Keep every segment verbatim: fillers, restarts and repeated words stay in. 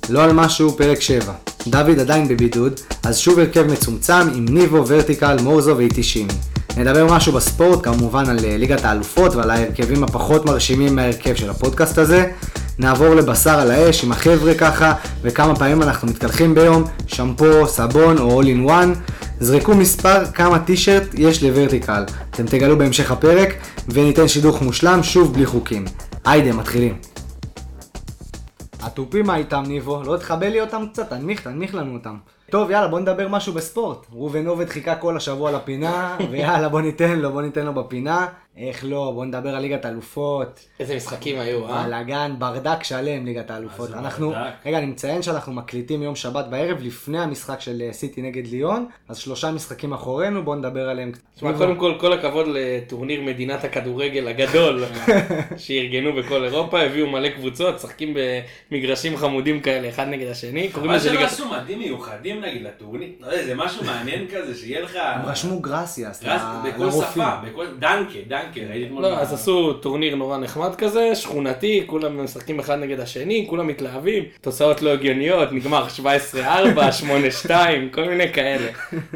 לא על משהו, פרק שבע. דוד עדיין בבידוד, אז שוב הרכב מצומצם עם ניבו, ורטיקל, מורזו ואיטישימי. נדבר משהו בספורט, כמובן על ליגת האלופות ועל ההרכבים הפחות מרשימים מההרכב של הפודקאסט הזה. נעבור לבשר על האש עם החבר'ה ככה, וכמה פעמים אנחנו מתקלחים ביום, שמפו, סבון או all in one. זרקו מספר כמה טישרט יש לוורטיקל. אתם תגלו בהמשך הפרק, וניתן שידוך מושלם שוב בלי חוקים. היידה, מתחילים. הטופים מה איתם ניבו? לא תחבל לי אותם קצת, תנמיך, תנמיך לנו אותם. טוב, יאללה, בוא נדבר משהו בספורט. ראובן עובד חיכה כל השבוע לפינה, ויאללה, בוא ניתן לו, בוא ניתן לו בפינה. איך לא, בוא נדבר על ליגת האלופות. איזה משחקים היו, אה? בלגן, ברדק שלם ליגת האלופות. אנחנו, רגע, אני מציין שאנחנו מקליטים יום שבת בערב לפני המשחק של סיטי נגד ליון, אז שלושה משחקים אחורינו, בוא נדבר עליהם. תשמע, קודם כל, כל הכבוד לטורניר מדינת הכדורגל הגדול, שארגנו בכל אירופה, הביאו מלא קבוצות, שחקים במגרשים חמודים כאלה, אחד נגד השני. אבל זה משהו מדהים מיוחדים נגיד לטורניר, זה משהו מעניין כזה, שיהיה לך... הם רשמו גרסיאס, בכל שפה, דנקה, דנקה. לא, אז עשו טורניר נורא נחמד כזה, שכונתי, כולם משחקים אחד נגד השני, כולם מתלהבים, תוצאות לא הגיוניות, נגמר שבע עשרה ארבע, שמונה שתיים, כל מיני כאלה.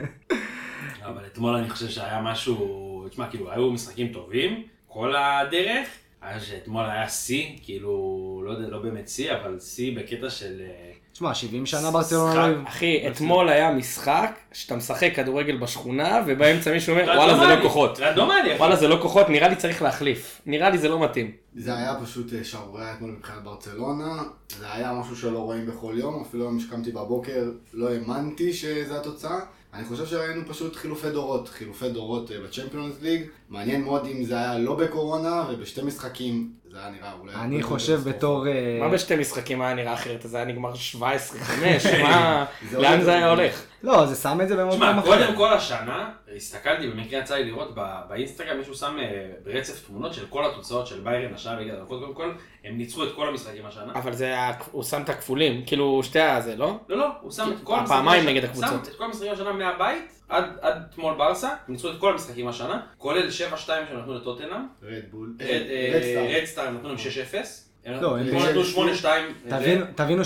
אבל אתמול אני חושב שהיה משהו, תשמע, כאילו, היו משחקים טובים, כל הדרך, היה שאתמול היה סי, כאילו, לא יודע, לא באמת סי, אבל סי בקטע של... תשמע, שבעים שנה ברצלונה. אחי, אתמול היה משחק שאתה משחק כדורגל בשכונה, ובאמצע מישהו אומר, וואלה זה לא כוחות. וואלה זה לא כוחות, נראה לי צריך להחליף. נראה לי זה לא מתאים. זה היה פשוט שערוריה אתמול מבחינת ברצלונה. זה היה משהו שלא רואים בכל יום, אפילו אם שקמתי בבוקר, לא האמנתי שזה התוצאה. אני חושב שראינו פשוט חילופי דורות, חילופי דורות בצ'מפיונס ליג. מעניין מאוד אם זה היה לא בקורונה, ובשתי משחקים זה היה נראה אולי... אני חושב בתור... מה בשתי משחקים היה נראה אחרת? זה היה נגמר שבע עשרה חמש, מה... לאן זה היה הולך? לא, זה שם את זה במובן אחר. תשמע, קודם כל השנה, הסתכלתי, במקרה יצא לי לראות באינסטגרם, מישהו שם ברצף תמונות של כל התוצאות של ביירן השנה, בגלל קודם כל, הם ניצחו את כל המשחקים השנה. אבל זה היה, הוא שם את הכפולים, כאילו שתי הזה, לא? לא, לא, הוא שם את כל המשחקים... הפעמיים נגד הקבוצות. שם את כל המשחקים השנה מהבית, עד אתמול ברסה, ניצחו את כל המשחקים השנה, כולל שבע שתיים שנתנו לטוטנהאם. רדבול. רדסטאר נתנו להם שש אפס. לא, הם נתנו שמונה שתיים. תבינו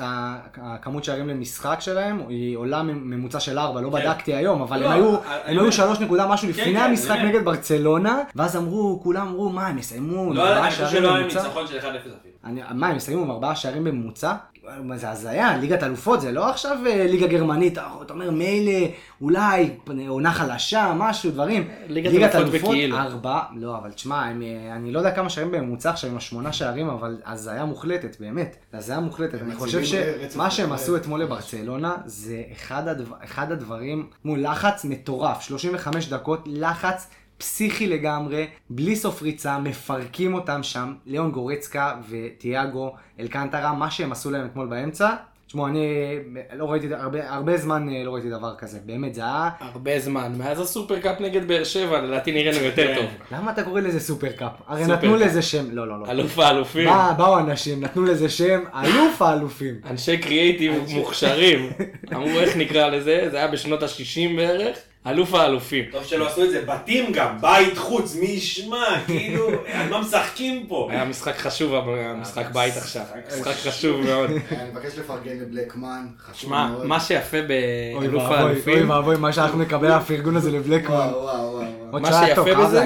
שהכמות שערים למשחק שלהם היא עולה ממוצע של ארבע, לא בדקתי היום, אבל הם היו שלוש נקודה משהו לפני המשחק נגד ברצלונה, ואז אמרו, כולם אמרו, מה, הם יסיימו? לא, אני חושב שלא היה ניצחון של אחד אפס אפילו. מה, הם יסיימו עם ארבעה שערים בממוצע? זה הזיה, ליגת אלופות, זה לא עכשיו ליגה גרמנית, אתה אומר מילא, אולי, עונה חלשה, משהו, דברים. ליגת אלופות ארבע, לא, אבל תשמע, אני לא יודע כמה שערים בממוצע עכשיו עם השמונה שערים, אבל הזיה מוחלטת, באמת, הזיה מוחלטת. אני חושב שמה שהם עשו אתמול לברצלונה, זה אחד הדברים, מול לחץ מטורף, שלושים וחמש דקות, לחץ פסיכי לגמרי, בלי סוף ריצה, מפרקים אותם שם, ליאון גורצקה וטיאגו אלקנטרה, מה שהם עשו להם אתמול באמצע. תשמעו, אני לא ראיתי, הרבה, הרבה זמן לא ראיתי דבר כזה, באמת זה היה... הרבה זמן, מאז הסופר קאפ נגד באר שבע, לדעתי נראינו יותר טוב. למה אתה קורא לזה סופר קאפ? הרי נתנו לזה שם, לא, לא, לא. אלוף האלופים. באו אנשים, נתנו לזה שם, אלוף האלופים. אנשי קריאייטיב מוכשרים, אמרו איך נקרא לזה, זה היה בשנות ה-שישים בערך. אלוף האלופים. טוב שלא עשו את זה, בתים גם, בית חוץ, מי ישמע, כאילו, על מה משחקים פה? היה משחק חשוב, המשחק בית עכשיו, משחק חשוב מאוד. אני מבקש לפרגן לבלקמן, חשוב מאוד. שמע, מה שיפה באלוף האלופים... אוי ואבוי, מה שאנחנו נקבל הפרגון הזה לבלקמן. וואו, וואו, וואו. מה שיפה בזה,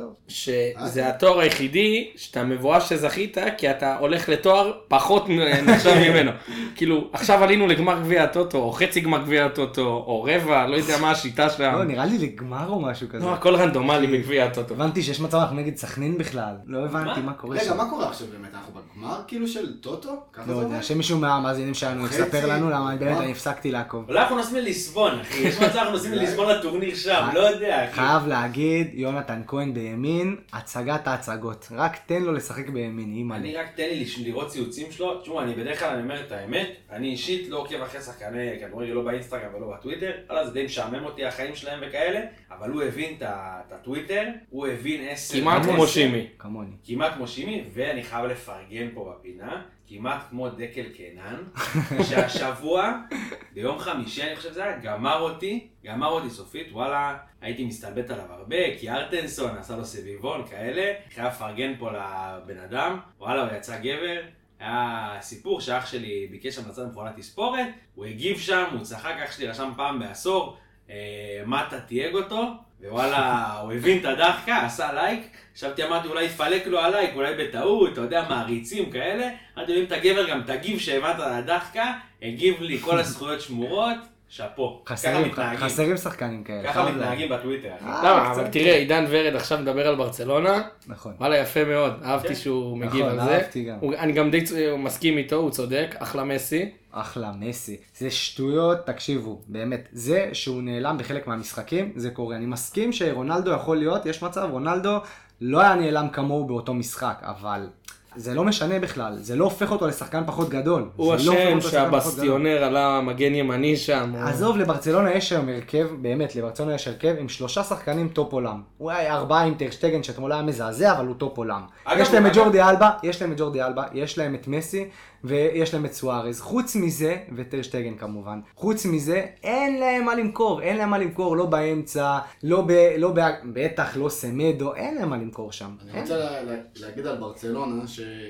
שזה התואר היחידי שאתה מבואש שזכית, כי אתה הולך לתואר פחות נחשב ממנו. כאילו, עכשיו עלינו לגמר גביע הטוטו, או חצי גמר גביע הטוטו, או רבע, לא יודע מה השיטה שלהם. לא, נראה לי לגמר או משהו כזה. לא, הכל רנדומלי בגביע הטוטו. הבנתי שיש מצב אנחנו נגד סכנין בכלל. לא הבנתי מה קורה שם. רגע, מה קורה עכשיו באמת? אנחנו בגמר כאילו של טוטו? לא יודע, שמישהו מהמאזינים שלנו יספר לנו למה באמת אני הפסקתי לעקוב. אולי אנחנו נוסעים לליסבון, אחי. יש מצב אנחנו נוסעים לליסבון לטורניר שם, לא יודע. חייב להגיד, יונתן כהן בימין, הצגת ההצגות. רק תן לו לשחק בימין, אימא לי. אני רק תן לי לראות ציוצים שלו. תשמעו, אני בדרך כלל אני אומר את האמת, אני אישית לא עוקב אחרי שחקני כדורגל, לא באינסטגרם ולא בטוויטר. אז זה די משעמם אותי החיים שלהם וכאלה, אבל הוא הבין את הטוויטר, הוא הבין עשר... כמעט כמו שימי. כמוני. כמעט כמו שימי, ואני חייב לפרגן פה בפינה, כמעט כמו דקל קנן, שהשבוע, ביום חמישי, אני חושב שזה היה, גמר אותי, גמר אותי סופית, וואלה, הייתי מסתלבט עליו הרבה, כי ארטנסון עשה לו סביבון כאלה, חייב לפרגן פה לבן אדם, וואלה, הוא יצא גבר, היה סיפור שאח שלי ביקש המלצה במכונת תספורת, הוא הגיב שם, הוא צחק, אח שלי רשם פעם בעשור, מטה תייג אותו, ווואלה, הוא הבין את הדחקה, עשה לייק, חשבתי אמרתי אולי יפלק לו הלייק, אולי בטעות, אתה יודע, מעריצים כאלה, אמרתי אם אתה גבר גם תגיב שהבנת את הדחקה, הגיב לי כל הזכויות שמורות, שפו. חסרים שחקנים כאלה. ככה מתנהגים בטוויטר. למה, אבל תראה, עידן ורד עכשיו מדבר על ברצלונה, נכון. וואלה יפה מאוד, אהבתי שהוא מגיב על זה. אהבתי גם. אני גם די מסכים איתו, הוא צודק, אחלה מסי. אחלה מסי. זה שטויות, תקשיבו, באמת. זה שהוא נעלם בחלק מהמשחקים, זה קורה. אני מסכים שרונלדו יכול להיות, יש מצב, רונלדו לא היה נעלם כמוהו באותו משחק, אבל זה לא משנה בכלל, זה לא הופך אותו לשחקן פחות גדול. הוא השם שהבסטיונר עלה מגן ימני שם. עזוב, לברצלונה יש היום הרכב, באמת, לברצלונה יש הרכב עם שלושה שחקנים טופ עולם. הוא היה ארבעה עם טרשטגן שאתמול היה מזעזע, אבל הוא טופ עולם. יש להם את ג'ורדי אלבה, יש להם את ג'ורדי אלבה, יש להם את מסי, ויש להם את סוארז. חוץ מזה, וטרשטגן כמובן, חוץ מזה, אין להם מה למכור, אין להם מה למכור, לא באמצע, לא ב... לא ב... בטח, לא סמדו, אין להם מה למכור שם. אני רוצה לה, לה, להגיד על ברצלונה,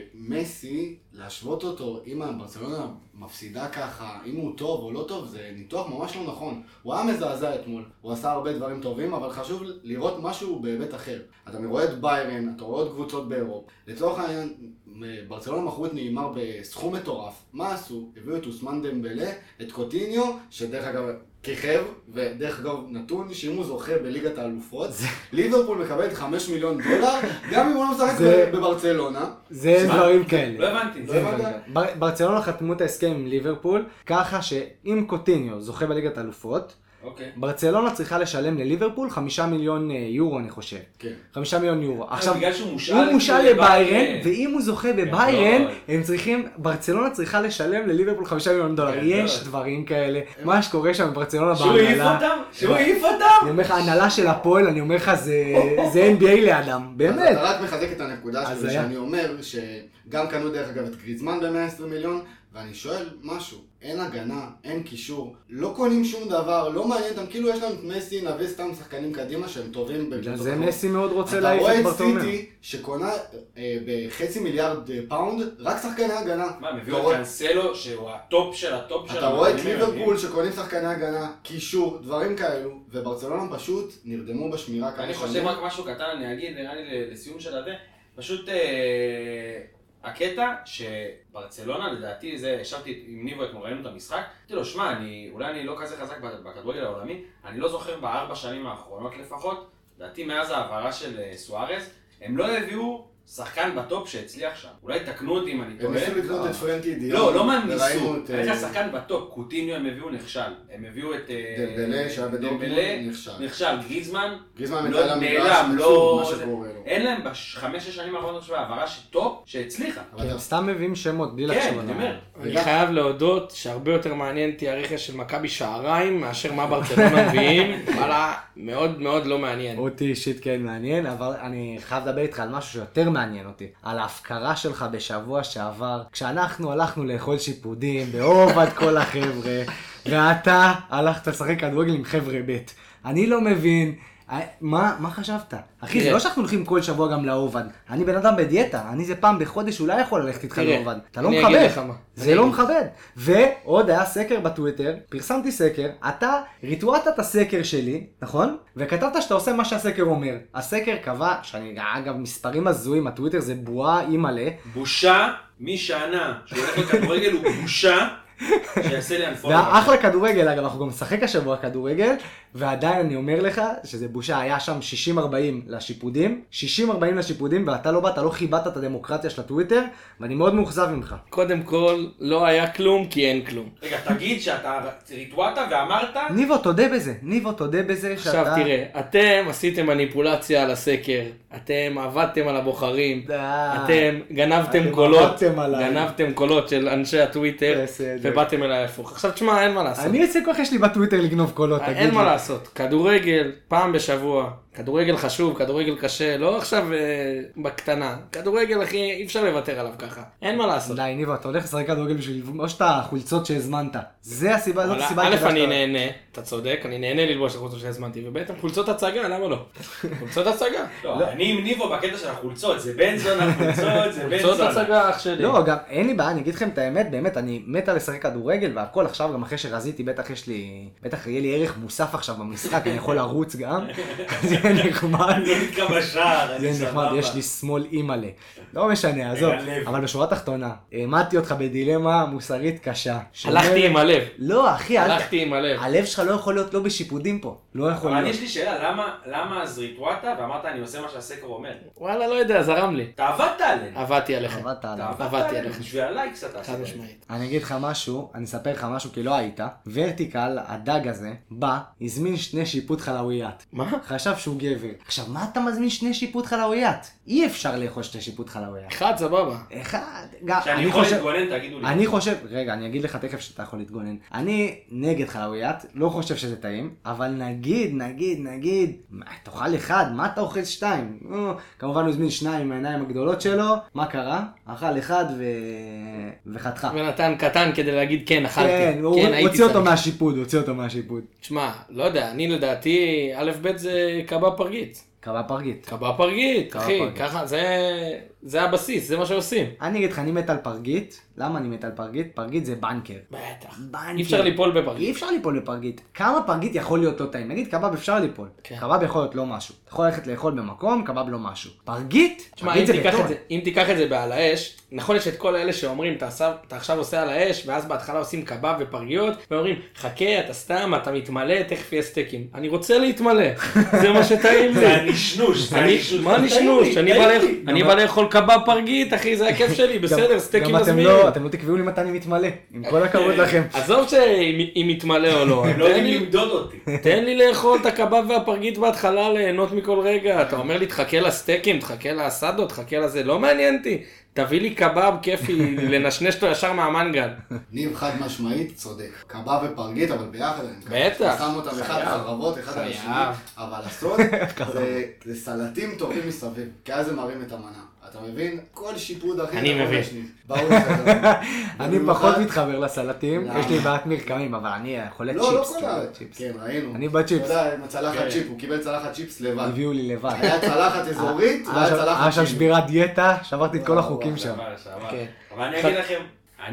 שמסי, להשוות אותו, אם ברצלונה מפסידה ככה, אם הוא טוב או לא טוב, זה ניתוח ממש לא נכון. הוא היה מזעזע אתמול, הוא עשה הרבה דברים טובים, אבל חשוב לראות משהו בהיבט אחר. אתה רואה את ביירן, אתה רואה עוד קבוצות באירופה. לצורך העניין, ברצלונה מכרו את נאמר בסכום מטורף. מה עשו? הביאו את אוסמן דמבלה, את קוטיניו, שדרך אגב כיכב, ודרך אגב נתון שאם הוא זוכה בליגת האלופות, ליברפול מקבלת חמש מיליון דולר, גם אם הוא לא משחק בברצלונה. זה דברים כאלה. לא הבנתי. ברצלונה חתמו את ההסכם עם ליברפול, ככה שאם קוטיניו זוכה בליגת האלופות, ברצלונה צריכה לשלם לליברפול חמישה מיליון יורו, אני חושב. כן. חמישה מיליון יורו. עכשיו, הוא מושל לביירן, ואם הוא זוכה בביירן, הם צריכים, ברצלונה צריכה לשלם לליברפול חמישה מיליון דולר. יש דברים כאלה. מה שקורה שם בברצלונה בהנהלה. שהוא העיף אותם? שהוא העיף אותם? אני אומר לך, ההנהלה של הפועל, אני אומר לך, זה אן בי איי לאדם. באמת. אתה רק מחזק את הנקודה שלי, שאני אומר שגם קנו דרך אגב את גריזמן ב-מאה ועשרים מיליון, ואני שואל משהו, אין הגנה, אין קישור, לא קונים שום דבר, לא מעניין אותם, כאילו יש להם את מסי, נביא סתם שחקנים קדימה שהם טובים בגלל זה מסי מאוד רוצה להעיף את ברטומאו. אתה רואה את סיטי שקונה אה, בחצי מיליארד פאונד, רק שחקני הגנה. מה, מביאו את קנסלו שהוא הטופ של הטופ של... אתה רואה את ליברפול שקונים שחקני הגנה, קישור, דברים כאלו, וברצלונה פשוט נרדמו בשמירה כאלה. אני חושב רק משהו קטן, אני אגיד, נראה לי לסיום של הזה, פשוט... הקטע שברצלונה, לדעתי, זה, ישבתי עם ניבו אתמול, ראינו את המשחק, אמרתי לו, שמע, אולי אני לא כזה חזק בכדורגל העולמי, אני לא זוכר בארבע שנים האחרונות לפחות, לדעתי מאז העברה של סוארז, הם לא הביאו שחקן בטופ שהצליח שם. אולי תקנו אותי אם אני טועה. הם ניסו לקנות את פרנקי דיון. לא, לא מה הם ניסו. היה שחקן בטופ, קוטיניו הם הביאו נכשל. הם הביאו את... דמבלה שהיה בדורטמונד נכשל. נכשל. גריזמן נעלם, לא... אין להם בחמש השנים האחרונות של העברה שטופ שהצליחה. הם סתם מביאים שמות בלי לחשוב. כן, אני אומר. אני חייב להודות שהרבה יותר מעניין אותי הרכש של מכבי שעריים מאשר מה ברצלונה מביאים. וואלה, מאוד מאוד לא מעניין. אותי אישית כן מעניין, אבל אני חייב לדבר איתך על משהו שיותר מעניין אותי. על ההפקרה שלך בשבוע שעבר, כשאנחנו הלכנו לאכול שיפודים, בעובד כל החבר'ה, ואתה הלכת לשחק כדורגל עם חבר'ה ב'. אני לא מבין, מה, מה חשבת? אחי, זה לא שאנחנו הולכים כל שבוע גם לעובד. אני בן אדם בדיאטה, אני זה פעם בחודש אולי יכול ללכת איתך לעובד. אתה לא מכבד, זה לא מכבד. ועוד היה סקר בטוויטר, פרסמתי סקר, אתה ריטואטת את הסקר שלי, נכון? וכתבת שאתה עושה מה שהסקר אומר. הסקר קבע, שאני אגב מספרים הזויים, הטוויטר זה בועה אימאלה. בושה, מי שענה שהולך לכדורגל הוא בושה. שיעשה לי אנפורמה. זה אחלה כדורגל, אגב, אנחנו גם משחק השבוע כדורגל, ועדיין אני אומר לך שזה בושה, היה שם שישים ארבעים לשיפודים, שישים ארבעים לשיפודים, ואתה לא באת, לא חיבדת את הדמוקרטיה של הטוויטר, ואני מאוד מאוכזב ממך. קודם כל, לא היה כלום, כי אין כלום. רגע, תגיד שאתה ריטואטת ואמרת... ניבו, תודה בזה, ניבו, תודה בזה שאתה... עכשיו תראה, אתם עשיתם מניפולציה על הסקר, אתם עבדתם על הבוחרים, אתם גנבתם קולות, גנבתם קולות של אנשי הטוויטר, ובאתם אליי הפוך. עכשיו תשמע, אין מה לעשות. אני אצא כוח יש לי בטוויטר לגנוב קולות, תגיד לי. אין מה לעשות. כדורגל, פעם בשבוע, כדורגל חשוב, כדורגל קשה, לא עכשיו אה, בקטנה. כדורגל, אחי, אי אפשר לוותר עליו ככה. אין מה לעשות. די, ניבו, אתה הולך לשחק כדורגל בשביל ללבוש את החולצות שהזמנת. זה הסיבה, זאת הסיבה. א', אני נהנה, אתה צודק, אני נהנה ללבוש את החולצות שהזמנתי, ובעצם חולצות הצגה, למה לא? חולצות הצגה. לא, אני עם ניבו בקטע של החולצות, זה בן זונה, חולצות, זה בן זונה. חולצות הצגה, אח שלי. לא, גם אין לי בעיה, אני אגיד לכם את האמת, באמת, אני מת על לשחק כדורגל והכל עכשיו, גם אחרי שרזיתי, בטח יש לי, בטח יהיה לי ערך מוסף עכשיו במשחק, אני יכול לרוץ גם, זה נחמד. אני לא נתקע בשער, אני זה נחמד, יש לי שמאל אימא'לה. לא משנה, עזוב, אבל בשורה התחתונה, העמדתי אותך בדילמה מוסרית קשה. הלכתי עם הלב. לא, אחי, הלכתי עם הלב. הלב שלך לא יכול להיות לא בשיפודים פה, לא יכול אבל להיות. יש לי שאלה, למה, למה זריטואטה ואמרת אני עושה מה שהסקר אומר? וואלה, לא יודע, זרם לי. אתה עבדת עליהם. עבדתי עליך. עבדת עליו. אתה עבדתי עבדת עליהם, עליך. בשביל הלייקס אתה חד משמעית. אני אגיד לך משהו, אני אספר לך משהו כי לא היית. ורטיקל, הדג הזה, בא, הזמין שני שיפוט חלאוויית. מה? חשב שהוא גבר. עכשיו, מה אתה מזמין שני שיפוט חלאוויית? אי אפשר לאכול שני שיפוט חלאוויית. אחד, סבבה. אחד, גם, כשאני אני יכול חושב, להתגונן, תגידו לי. אני חושב, רגע, אני אגיד לך תכף שאתה יכול להתגונן. אני נגד חלאוויית, לא חושב שזה טעים, אבל נגיד, נגיד, נגיד, מה, תאכל אחד, מה אתה אוכל שתיים? או, כמובן הוא הזמין שניים עם העיניים הגדולות שלו, מה קרה? אכל אחד ו... וחתכה. ונתן קטן כדי להגיד כן, אכלתי. כן, הוא הייתי הוציא אותו צריך. מהשיפוד, הוציא אותו מהשיפוד. תשמע, לא יודע, אני לדעתי, א' ב' זה קבב פרגית. קבב פרגית. קבב פרגית, קבב אחי, פרגית. ככה, זה, זה הבסיס, זה מה שעושים. אני אגיד לך, אני מת על פרגית. למה אני מת על פרגית? פרגית זה בנקר. בטח. בנקר. אי אפשר ליפול אי בפרגית. אפשר ליפול בפרגית. כמה פרגית יכול להיות לא טעים? נגיד קבב אפשר ליפול. כן. קבב יכול להיות לא משהו. אתה יכול ללכת לאכול במקום, קבב לא משהו. פרגית? תשמע, פרגית אם זה תיקח בטון. את זה, אם תיקח את זה בעל האש, נכון יש את כל אלה שאומרים, אתה עכשיו, אתה עכשיו עושה על האש, ואז בהתחלה עושים קבב ופרגיות, ואומרים, חכה, אתה סתם, אתה מתמלא, תכף יהיה סטייקים. אני רוצה להתמלא, זה מה שטעים לי. זה הנשנוש, זה אני- הנשנוש. מה נשנוש? אני בא לאכול- אני בא לאכול קבב פרגית, אחי, זה הכיף שלי, בסדר, סטייקים גם אתם מזמינים. לא, אתם לא תקבעו לי מתי אני מתמלא. עם כל הכבוד לכם. עזוב שאם מתמלא או לא, הם לא תן יודעים לי- למדוד אותי. תן לי לאכול את הקבב והפרגית בהתחלה, ליהנות מכל רגע. אתה אומר לי, תחכה לסטייקים, תחכה לאסדות, תחכה לזה, לא מעניין אותי. תביא לי קבב כיפי, לנשנש אותו ישר מהמנגל. ניב חד משמעית צודק. קבב ופרגית, אבל ביחד. אני בטח. שם אותם אחד חייב. חרבות, אחד על השני. חייב. אבל הסוד זה- זה סלטים טובים מסביב. כי אז זה מרים את המנה. אתה מבין? כל שיפוד אחי. אני אתה יכול מבין. להשמיד. ברור שאתה אני במיוחד- פחות מתחבר לסלטים, למה? יש לי בעיית מרקמים, אבל אני חולה לא, לא צ'יפס. כל ה... חולה צ'יפס. כן, ראינו. אני בצ'יפס. אתה יודע, עם הצלחת כן. צ'יפ, הוא קיבל צלחת צ'יפס לבד. הביאו לי לבד. היה צלחת אזורית, היה והיה שם- צלחת היה שם צ'יפ. שבירת דיאטה, שברתי את כל וואו, החוקים וואו, שם. שבר, שבר. כן. אבל אני אגיד לכם,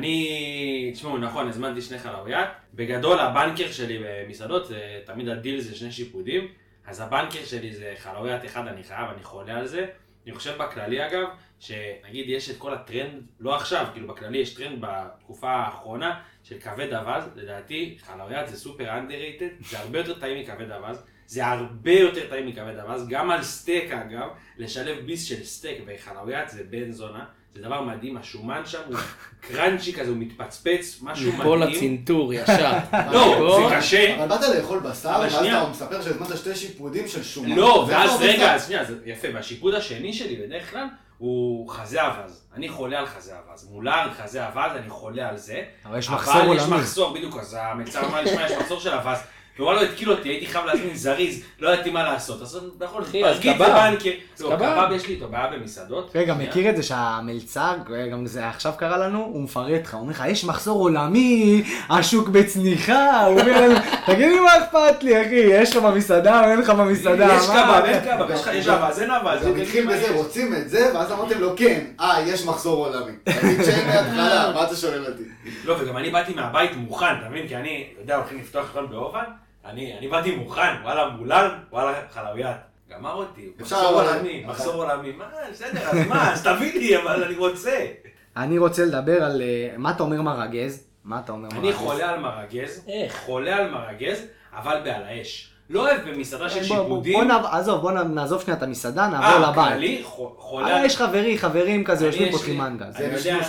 אני, תשמעו, נכון, הזמנתי שני חלאוויית. בגדול, הבנקר שלי במסעדות, זה תמיד הדיל זה שני שיפודים. אז הבנקר שלי זה חלאוויית אחד, אני חייב, אני חולה על זה. אני חושב בכללי אגב, שנגיד יש את כל הטרנד, לא עכשיו, כאילו בכללי יש טרנד בתקופה האחרונה של כבד אבז, לדעתי חלאוויית זה סופר underrated, זה הרבה יותר טעים מכבד אבז, זה הרבה יותר טעים מכבד אבז, גם על סטייק אגב, לשלב ביס של סטייק וחלאוויית זה בן זונה, זה דבר מדהים, השומן שם הוא קראנצ'י כזה, הוא מתפצפץ, משהו מדהים. מפה לצינטור, ישר. לא, זה קשה. אבל באת לאכול בשר, אבל ואז שנייה. אתה מספר שהזמנת שתי שיפודים של שומן. לא, זה ואז לא רגע, בשר. אז שנייה, זה יפה, והשיפוד השני שלי בדרך כלל הוא חזה אבז. אני חולה על חזה אבז. מולר, חזה אבז, אני חולה על זה. אבל יש מחסור אבל יש עולמי. מחסור, בדיוק, אז המלצר אמר לי, שמע, יש מחסור של אבז. ווואלה, התקיל אותי, הייתי חייב להזמין זריז, לא ידעתי מה לעשות. אז נכון, אחי, אז פרגית קבב. ובנקר. אז לא, קבב. קבב יש לי איתו בעיה במסעדות. רגע, שנייה. מכיר את זה שהמלצר, גם זה עכשיו קרה לנו, הוא מפרט לך, הוא אומר לך, יש מחסור עולמי, השוק בצניחה, הוא אומר לנו, תגיד לי מה אכפת לי, אחי, יש לך במסעדה או אין לך במסעדה? יש מה? קבב, אין קבב, יש לך- יש אבז, אין אבז. גם התחיל בזה, רוצים את זה, ואז אמרתם לו כן, אה, יש מחסור עולמי. תגיד שאין מההתחלה, מה אתה שואל אותי? לא, וגם אני באתי מהבית מוכן, אתה מבין? כי אני, אתה יודע, הולכים לפתוח הכל באובן, אני, אני באתי מוכן, וואלה מולן, וואלה חלאוויית. גמר אותי, אפשר מחסור אבל- עולמי, מחסור עולמי, מה, בסדר, אז מה, אז תביא לי, אבל אני רוצה. אני רוצה לדבר על, אה, מה אתה אומר מרגז? מה אתה אומר מרגז? אני חולה על מרגז, איך? חולה על מרגז, אבל בעל האש. לא אוהב במסעדה של בוא- בוא- שיפודים. בוא נעב- עזוב, בוא נעזוב שנייה את המסעדה, נעבור אה, לבית. כללי, ח- חולה אה, על... יש חברי, חברים כזה, אני, יושבים יש פותחים לי- מנגל. אני זה יודע- נשנוש טוב.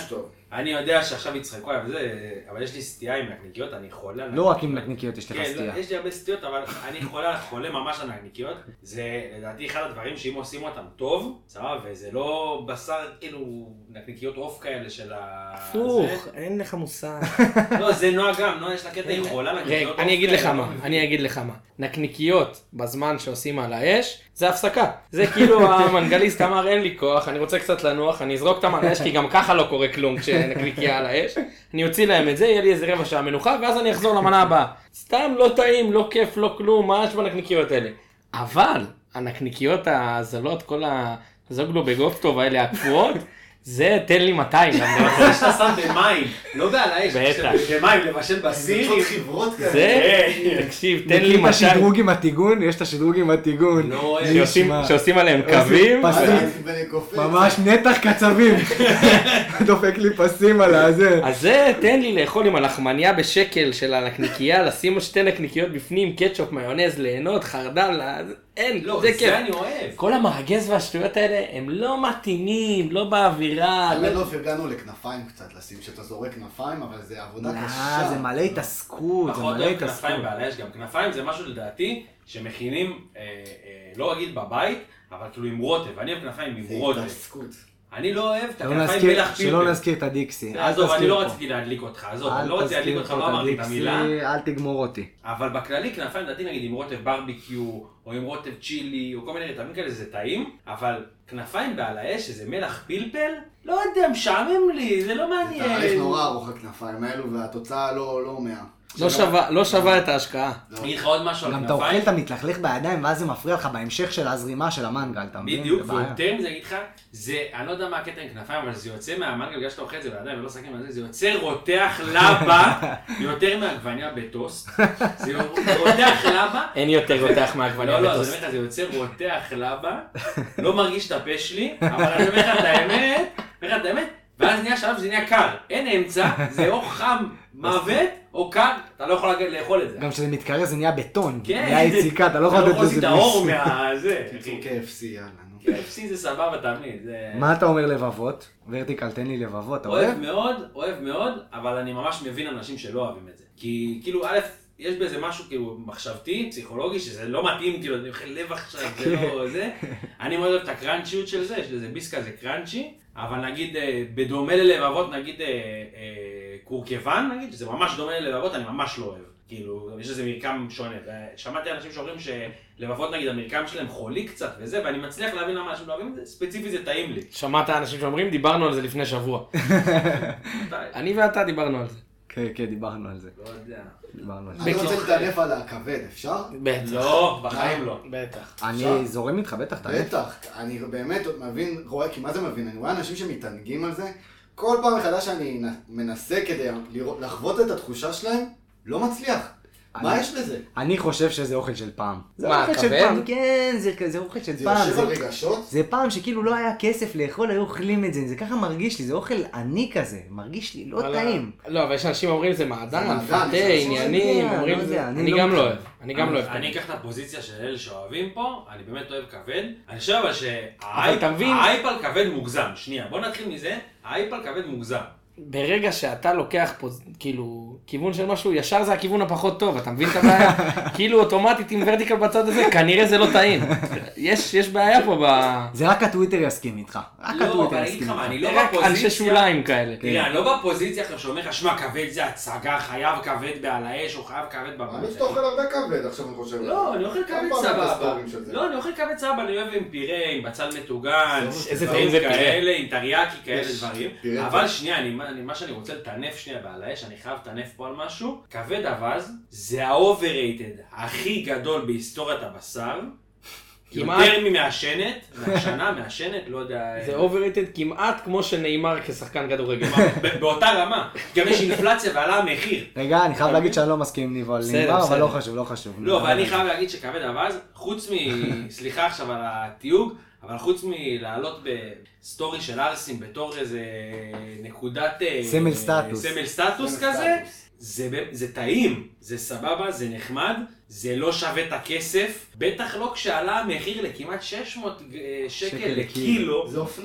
אני יודע שעכשיו יצחקו עליו וזה, אבל יש לי סטייה עם נקניקיות, אני חולה. לא רק עם נקניקיות יש לך כן, סטייה. יש לי הרבה סטיות, אבל אני חולה, חולה ממש על נקניקיות. זה לדעתי אחד הדברים שאם עושים אותם טוב, סבבה, וזה לא בשר, כאילו, נקניקיות עוף כאלה של ה... הפוך, אין לך מושג. לא, זה נועה גם, נועה יש לה קטע, היא חולה נקניקיות עוף. אני אגיד לך מה, אני אגיד לך מה. נקניקיות בזמן שעושים על האש, זה הפסקה. זה כאילו המנגליסט אמר אין לי כוח, אני רוצה קצת לנוח, אני אזרוק אותם על האש, כי גם ככה לא קורה כלום כשנקניקיה על האש. אני אוציא להם את זה, יהיה לי איזה רבע שעה מנוחה, ואז אני אחזור למנה הבאה. סתם לא טעים, לא כיף, לא כלום, מה יש בנקניקיות האלה. אבל הנקניקיות הזלות, כל הזוגלו בגופטוב האלה הקפואות, זה תן לי מאתיים. זה שאתה שם במים, לא בעל האש, במים לבשל בסיר. זה חברות כאלה. זה, תקשיב, תן לי מכיר את מאתיים. השדרוג עם הטיגון? יש את השדרוג עם הטיגון. שעושים עליהם קווים. ממש נתח קצבים. דופק לי פסים על הזה. אז זה תן לי לאכול עם הלחמניה בשקל של הנקניקייה, לשים שתי נקניקיות בפנים, קטשופ, מיונז, ליהנות, חרדל, אין, לא, זה כיף. זה אני אוהב. כל המרגז והשטויות האלה הם לא מתאימים, לא באווירה. האמת לא פרגנו לכנפיים קצת לשים, שאתה זורק כנפיים, אבל זה עבודה קשה. זה מלא התעסקות, זה פחות מלא אוהב התעסקות. כנפיים בעל האש, גם כנפיים זה משהו לדעתי שמכינים, אה, אה, לא רגיל בבית, אבל כאילו עם רוטב, אני אוהב כנפיים עם זה רוטב. התעסקות. אני לא אוהב את שלא הכנפיים נזכיר- מלח פלפל. שלא נזכיר את הדיקסי. אל עזוב, אני תזכיר לא פה. רציתי להדליק אותך, עזוב, אל אני לא רציתי להדליק תזכיר אותך, פה לא את אמרתי את הדיקסי, המילה. אל תגמור אותי. אבל בכללי כנפיים לדעתי נגיד עם רוטב ברביקיו, או עם רוטב צ'ילי, או כל מיני רטבים כאלה, זה טעים, אבל כנפיים בעל האש, שזה מלח פלפל, לא יודע, משעמם לי, זה לא זה מעניין. תהליך נורא ארוך הכנפיים האלו, והתוצאה לא לא מאה. לא שווה, לא שווה את ההשקעה. אני אגיד לך עוד משהו על גם אתה אוכל, כנפיים. אתה מתלכלך בידיים, ואז זה מפריע לך בהמשך של הזרימה של המנגל, אתה מבין? בדיוק, זה בעיה. ויותר מזה אגיד לך, זה, אני לא יודע מה הקטע עם כנפיים, אבל זה יוצא מהמנגל, בגלל שאתה אוכל את זה בידיים ולא סכין על זה, זה יוצא רותח לבה, יותר מעגבניה בטוסט, זה רותח לבה, אין יותר רותח מעגבניה לא, לא, בטוסט. זה באמת, זה יוצא רותח לבה, לא מרגיש את הפה שלי, אבל אני אומר לך את האמת, אומר לך את האמת, ואז נהיה שלב שזה נהיה קר, אין אמצע, זה או חם מוות, או קר, אתה לא יכול לאכול את זה. גם כשזה מתקרר זה נהיה בטון, כן. נהיה יציקה, אתה לא יכול לתת להוציא לזה את האור ביס. מהזה. קיצור K F C, יאללה, נו. K F C זה סבבה תמיד. זה- מה אתה אומר לבבות? ורטיקל, תן לי לבבות, אתה אוהב? אוהב מאוד, אוהב מאוד, אבל אני ממש מבין אנשים שלא אוהבים את זה. כי כאילו, א', יש בזה משהו כאילו מחשבתי, פסיכולוגי, שזה לא מתאים, כאילו, אני אוכל לב עכשיו, זה לא זה. אני מאוד אוהב את הקראנצ'יות של זה, יש לזה ביס כזה קראנצ'י, אבל נגיד, אה, בדומה ללבבות, נגיד, אה, אה, קורקוון, נגיד, שזה ממש דומה ללבבות, אני ממש לא אוהב. כאילו, יש איזה מרקם שונה, ושמעתי אנשים שאומרים שלבבות, נגיד, המרקם שלהם חולי קצת וזה, ואני מצליח להבין למה אנשים לא אוהבים את זה, ספציפית זה טעים לי. שמעת אנשים שאומרים, דיברנו על זה לפני שבוע. אני ואתה דיברנו על זה. כן, כן, דיברנו על זה. לא יודע. דיברנו על זה. אני רוצה לטנף על הכבד, אפשר? בטח. לא, בחיים לא. בטח. אני זורם איתך, בטח, אתה בטח, אני באמת מבין, רואה, כי מה זה מבין? אני רואה אנשים שמתענגים על זה, כל פעם מחדש שאני מנסה כדי לראות- לחוות את התחושה שלהם, לא מצליח. מה יש בזה? אני חושב שזה אוכל של פעם. זה מה, אוכל של כבד? פעם, כן, זה זה אוכל של זה פעם. יושב זה- על רגשות? זה פעם שכאילו לא היה כסף לאכול, היו אוכלים את זה, זה ככה מרגיש לי, זה אוכל עני כזה, מרגיש לי לא טעים. לא, אבל יש אנשים אומרים זה מעדן, זה מעדן, פתה, יש אנשים עניינים, שזה- אומרים לא זה, יודע, אני אני לא גם לא מכיר. אוהב, אני גם לא אוהב. אני אקח את הפוזיציה של אלה שאוהבים פה, אני באמת אוהב כבד. אני חושב אבל אתה מבין? שהאייפ על כבד מוגזם. שנייה, בוא נתחיל מזה, האייפ על כבד מוגזם. ברגע שאתה לוקח פה, כאילו, כיוון של משהו, ישר זה הכיוון הפחות טוב, אתה מבין את הבעיה? כאילו אוטומטית עם ורטיקל בצד הזה, כנראה זה לא טעים. יש, יש בעיה פה ב... זה רק הטוויטר יסכים איתך. רק לא, אבל הטוויטר אני אגיד יסכים לך מה, איתך. אני לא רק אנשי בפוזיציה... שוליים כאלה. תראה, אני לא בפוזיציה עכשיו שאומר לך, שמע, כבד זה הצגה, חייב כבד בעל האש, או חייב כבד בבית. אני שאתה אוכל הרבה כבד, עכשיו אני חושב. לא, אני אוכל כבד פעם את סבבה. הסטורים של זה. לא, אני אוכל כבד סבבה, אני אוהב עם פירה, עם בצל מטוגן, איזה דברים טעים זה פירה. כאלה, עם טריאקי כאלה יש דברים. פירה אבל טוב. שנייה, אני- אני- מה שאני רוצה לטנף שנייה בעל האש, אני חייב לטנף פה על משהו. כבד אווז זה ה-overrated הכי גדול בהיסטוריית הבשר. כמעט- יותר ממעשנת, מהשנה, מעשנת, לא יודע. זה overrated כמעט כמו שנאמר כשחקן כדורגל. ב- באותה רמה. גם יש אינפלציה ועלה המחיר. רגע, אני חייב להגיד שאני לא מסכים עם ניבו על בסדר, ניבו, אבל בסדר. לא חשוב, לא חשוב. לא, אבל אני חייב להגיד שכבד אווז, חוץ מ... סליחה עכשיו על התיוג, אבל חוץ מלעלות בסטורי של ארסים בתור איזה נקודת... אה, סמל סטטוס. סמל סטטוס סמל כזה, סטטוס. זה, ב- זה טעים, זה סבבה, זה נחמד, זה לא שווה את הכסף, בטח לא כשעלה המחיר לכמעט שש מאות אה, שקל שקל לקילו. זה אופנה.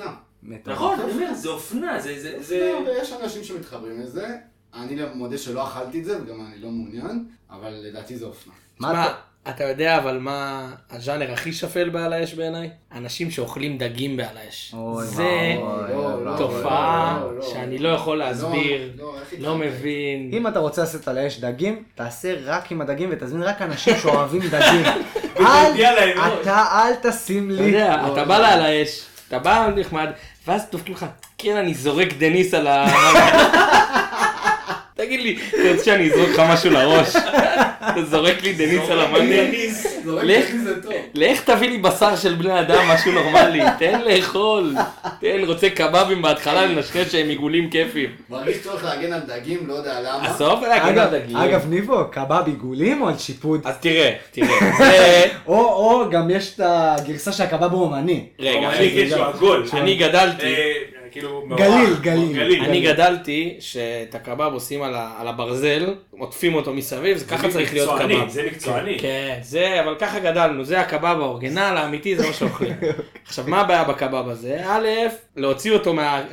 נכון, אני אומר, זה אופנה, זה... ויש אנשים שמתחברים לזה. אני מודה שלא אכלתי את זה, וגם אני לא מעוניין, אבל לדעתי זה אופנה. מה, אתה יודע אבל מה הז'אנר הכי שפל בעל האש בעיניי? אנשים שאוכלים דגים בעל האש. זה תופעה שאני לא יכול להסביר, לא מבין. אם אתה רוצה לעשות על האש דגים, תעשה רק עם הדגים ותזמין רק אנשים שאוהבים דגים. אתה אל תשים לי. אתה יודע, אתה בא לה על האש, אתה בא נחמד, ואז דופקים לך, כן אני זורק דניס על ה... תגיד לי, אתה רוצה שאני אזרוק לך משהו לראש? אתה זורק לי דניס על המנגל? לך תביא לי בשר של בני אדם, משהו נורמלי, תן לאכול. תן, רוצה קבבים בהתחלה לנשנש שהם עיגולים כיפים. מרגיש צורך להגן על דגים, לא יודע למה. הסוף להגן על דגים. אגב, ניבו, קבב עיגולים או על שיפוד? אז תראה, תראה. או גם יש את הגרסה שהקבב הוא אומני. רגע, אני אני גדלתי. גליל, גליל. אני גדלתי שאת הקבב עושים על הברזל, מוטפים אותו מסביב, זה ככה צריך להיות קבב. זה מקצועני. כן, זה, אבל ככה גדלנו, זה הקבב האורגינל, האמיתי, זה מה שאוכלים. עכשיו, מה הבעיה בקבב הזה? א', להוציא אותו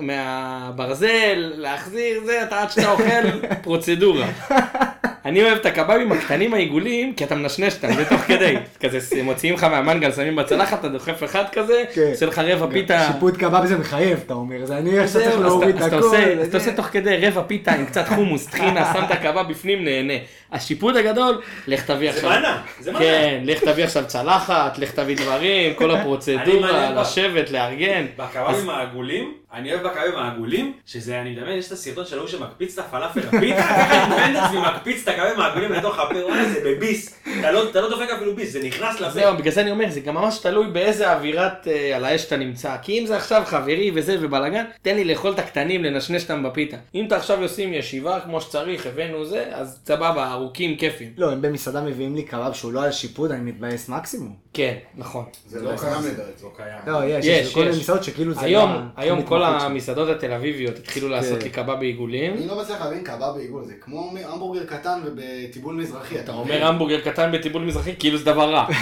מהברזל, להחזיר, זה, אתה עד שאתה אוכל פרוצדורה. אני אוהב את הקבבים הקטנים העיגולים, כי אתה מנשנש אותם, זה תוך כדי. כזה, מוציאים לך מהמנגל, שמים בצלחת, אתה דוחף אחד כזה, עושה לך רבע פיתה. שיפוד קבב זה מחייב, אתה אומר, זה אני עכשיו צריך להוריד את הכל. אז אתה עושה תוך כדי רבע פיתה עם קצת חומוס, טחינה, שם את הקבב בפנים, נהנה. השיפוד הגדול, לך תביא עכשיו. זה מנה, זה מנה. כן, לך תביא עכשיו צלחת, לך תביא דברים, כל הפרוצדורה, לשבת, לארגן. בקבבים העגולים, אני אוהב בקבבים העגולים, שזה, אני מדמיין, יש את הסרטון של ההוא שמקפיץ את הפלאפל הפיתה, ככה אני מדמיין את עצמי, מקפיץ את הקבבים העגולים לתוך הפה, וואי, זה בביס. אתה לא דופק אפילו ביס, זה נכנס לפה. זהו, בגלל זה אני אומר, זה גם ממש תלוי באיזה אווירת על האש אתה נמצא. כי אם זה עכשיו חברי וזה ובלגן, תן לי לאכול את הקטנים, לנשנש אותם בפיתה. אם אתה עכשיו עושים ישיבה כמו שצריך, הבאנו זה, אז סבבה, ארוכים, כיפים. לא, אם במסעדה מביאים לי קבב שהוא לא על שיפוד, אני מתבאס מקסימום. כן, נכון. זה לא קיים לדעת, זה לא קיים. לא, יש, יש כל מסעדות שכאילו זה... היום כל המסעדות התל אביביות התחילו לעשות לי קבב בעיגול. אני לא מצליח להבין קבב בעיגול, זה כמו המבורגר קטן ובטיבול מזרחי. אתה אומר המבורגר קטן בטיבול מזרחי, כאילו זה דבר רע.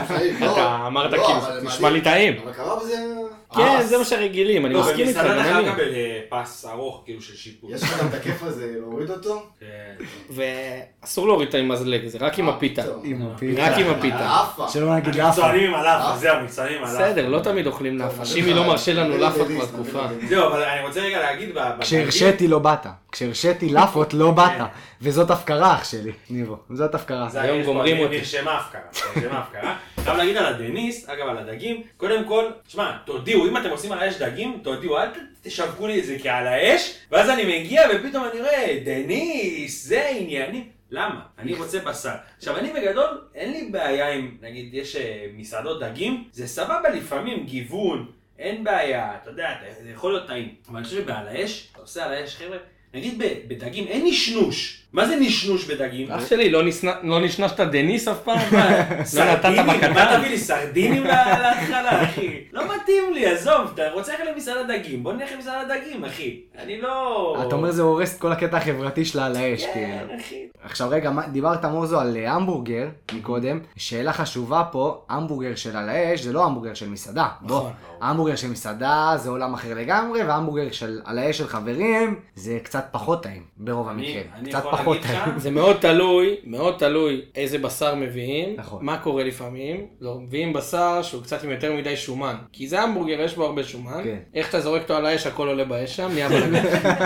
אתה אמרת כאילו, נשמע לי טעים. אבל קבב זה... כן, זה מה שרגילים, אני מסכים איתך. לא, במסעדה אתה גם בפס ארוך, כאילו של שיפוד. יש לך גם את הכיף הזה, להוריד אותו? כן. ואסור להוריד אותה עם מזלג, זה רק עם הפיתה. רק עם הפיתה. שלא נגיד לאפה. מקצוענים עם הלאפה, זהו, מקצוענים עם הלאפה. בסדר, לא תמיד אוכלים לאפה. שימי לא מרשה לנו לאפה כבר תקופה. זהו, אבל אני רוצה רגע להגיד... כשהרשיתי לא באת. כשהרשיתי לאפות לא באת. וזאת הפקרה אח שלי, ניבו. זאת הפקרה. היום גומרים אותי. נרשמה הפקרה, נרשמה הפקרה. חייב להגיד על הדניס, אגב על הדגים, קודם כל, שמע, תודיעו, אם אתם עושים על האש דגים, תודיעו, אל תשווקו לי את זה כעל האש, ואז אני מגיע ופתאום אני רואה, דניס, זה עניינים. למה? אני רוצה בשר. עכשיו, אני בגדול, אין לי בעיה אם, נגיד, יש מסעדות דגים, זה סבבה לפעמים, גיוון, אין בעיה, אתה יודע, זה יכול להיות טעים. אבל אני חושב שבעל האש, אתה עושה על האש, חבר'ה, נגיד בדגים, אין נשנוש. מה זה נשנוש בדגים? אח שלי, לא נשנשת דניס אף פעם? סרדינים? מה תביא לי? סרדינים להתחלה, אחי? לא מתאים לי, עזוב, אתה רוצה ללכת למסעדת דגים, בוא נלך למסעדת דגים, אחי. אני לא... אתה אומר זה הורס את כל הקטע החברתי שלה על האש, כן, אחי. עכשיו רגע, דיברת מורזו על המבורגר מקודם, שאלה חשובה פה, המבורגר של על האש זה לא המבורגר של מסעדה. נכון. המבורגר של מסעדה זה עולם אחר לגמרי, והמבורגר של על האש של חברים זה קצת פחות טעים, ברוב המקרים. קצת פחות טעים. זה מאוד תלוי, מאוד תלוי איזה בשר מביאים. נכון. מה קורה לפעמים? לא, מביאים בשר שהוא קצת עם יותר מדי שומן. כי זה המבורגר, יש בו הרבה שומן. כן. איך אתה זורק אותו על האש, הכל עולה באש שם, נהיה בלגן.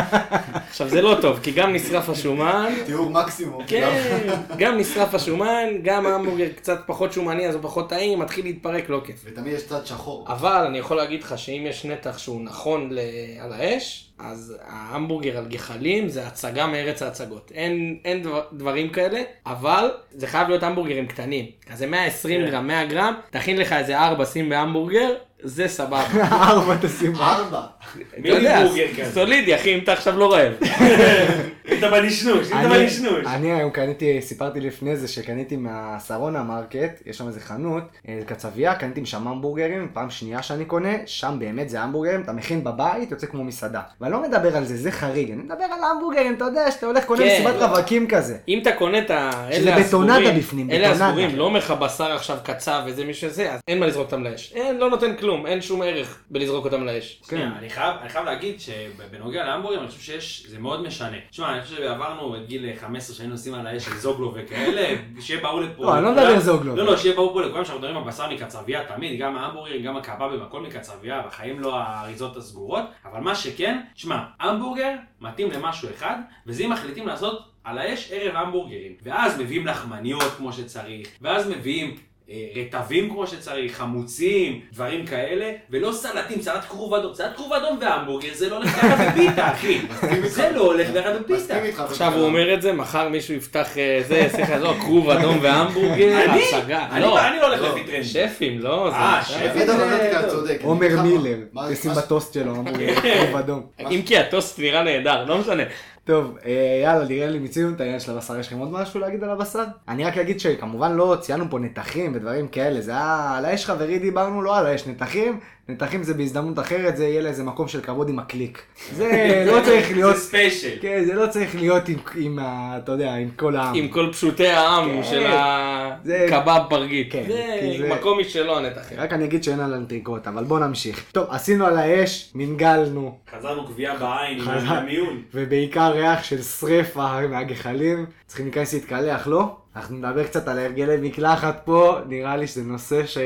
עכשיו זה לא טוב, כי גם נשרף השומן. תיאור מקסימום. כן, גם נשרף השומן, גם המבורגר קצת פחות שומני, אז הוא פחות טעים, מתחיל להתפרק, לא כיף. ותמיד יש צד שחור. אבל אני יכול להגיד לך שאם יש נתח שהוא נכון על האש, אז ההמבורגר על גחלים זה הצגה מארץ ההצגות. אין, אין דבר, דברים כאלה, אבל זה חייב להיות המבורגרים קטנים. כזה מאה ועשרים גרם, מאה גרם, תכין לך איזה ארבע שים בהמבורגר, זה סבבה. ארבע תשים. ארבע. אתה יודע, סולידי אחי, אם אתה עכשיו לא רעב. אם אתה בנשנוש, אם אתה בנשנוש. אני היום קניתי, סיפרתי לפני זה שקניתי מהסרונה מרקט, יש שם איזה חנות, קצביה, קניתי שם המבורגרים, פעם שנייה שאני קונה, שם באמת זה המבורגרים, אתה מכין בבית, יוצא כמו מסעדה. ואני לא מדבר על זה, זה חריג, אני מדבר על המבורגרים, אתה יודע, שאתה הולך קונה מסיבת רווקים כזה. אם אתה קונה את ה... שזה בטונדה בפנים, אלה הסגורים, לא אומר לך בשר עכשיו קצב וזה מישהו זה, אז אין מה לזרוק אותם לאש. אין, לא נותן כלום, אין שום ערך בלזרוק אותם לאש. אני חייב, אני חייב להגיד שבנוגע להמבורגר, אני חושב שיש, זה מאוד משנה. תשמע, אני חושב שעברנו את גיל חמש עשרה שהיינו עושים על האש של זוגלו וכאלה, שיהיה ברור לפה. לא, אני לא מדבר על זוגלו. לא, לא, שיהיה ברור פה לכולם שאנחנו מדברים על בשר מקצביה תמיד, גם ההמבורגר, גם הקבבים, הכל מקצביה, בחיים לא האריזות הסגורות, אבל מה שכן, תשמע, המבורגר מתאים למשהו אחד, וזה אם מחליטים לעשות על האש ערב המבורגרים. ואז מביאים לחמניות כמו שצריך, ואז מביאים רטבים כמו שצריך, חמוצים, דברים כאלה, ולא סלטים, סלט כרוב אדום. סלט כרוב אדום והמבורגר זה לא הולך ביחד בפיתה, אחי. זה לא הולך ביחד בפיתה. עכשיו הוא אומר את זה, מחר מישהו יפתח זה, סליחה, לא, כרוב אדום והמבורגר, הצגה. אני לא הולך לפי טרנד. שפים, לא? אה, שפים. עומר מילר, תשים בטוסט שלו, המבורגר, כרוב אדום. אם כי הטוסט נראה נהדר, לא משנה. טוב, יאללה, נראה לי מיצינו את העניין של הבשר. יש לכם עוד משהו להגיד על הבשר? אני רק אגיד שכמובן לא ציינו פה נתחים ודברים כאלה, זה היה על האש חברי דיברנו, לא על האש נתחים, נתחים זה בהזדמנות אחרת, זה יהיה לאיזה מקום של כבוד עם הקליק. זה לא צריך להיות... זה ספיישל. כן, זה לא צריך להיות עם, אתה יודע, עם כל העם. עם כל פשוטי העם של הקבב ברגית. זה מקום משלו הנתחים. רק אני אגיד שאין על אנטריקוט, אבל בוא נמשיך. טוב, עשינו על האש, מנגלנו. חזרנו גבייה בעין עם המיון. ובעיקר ריח של שריפה מהגחלים. צריכים להיכנס להתקלח, לא? אנחנו נדבר קצת על הרגלי מקלחת פה, נראה לי שזה נושא ש...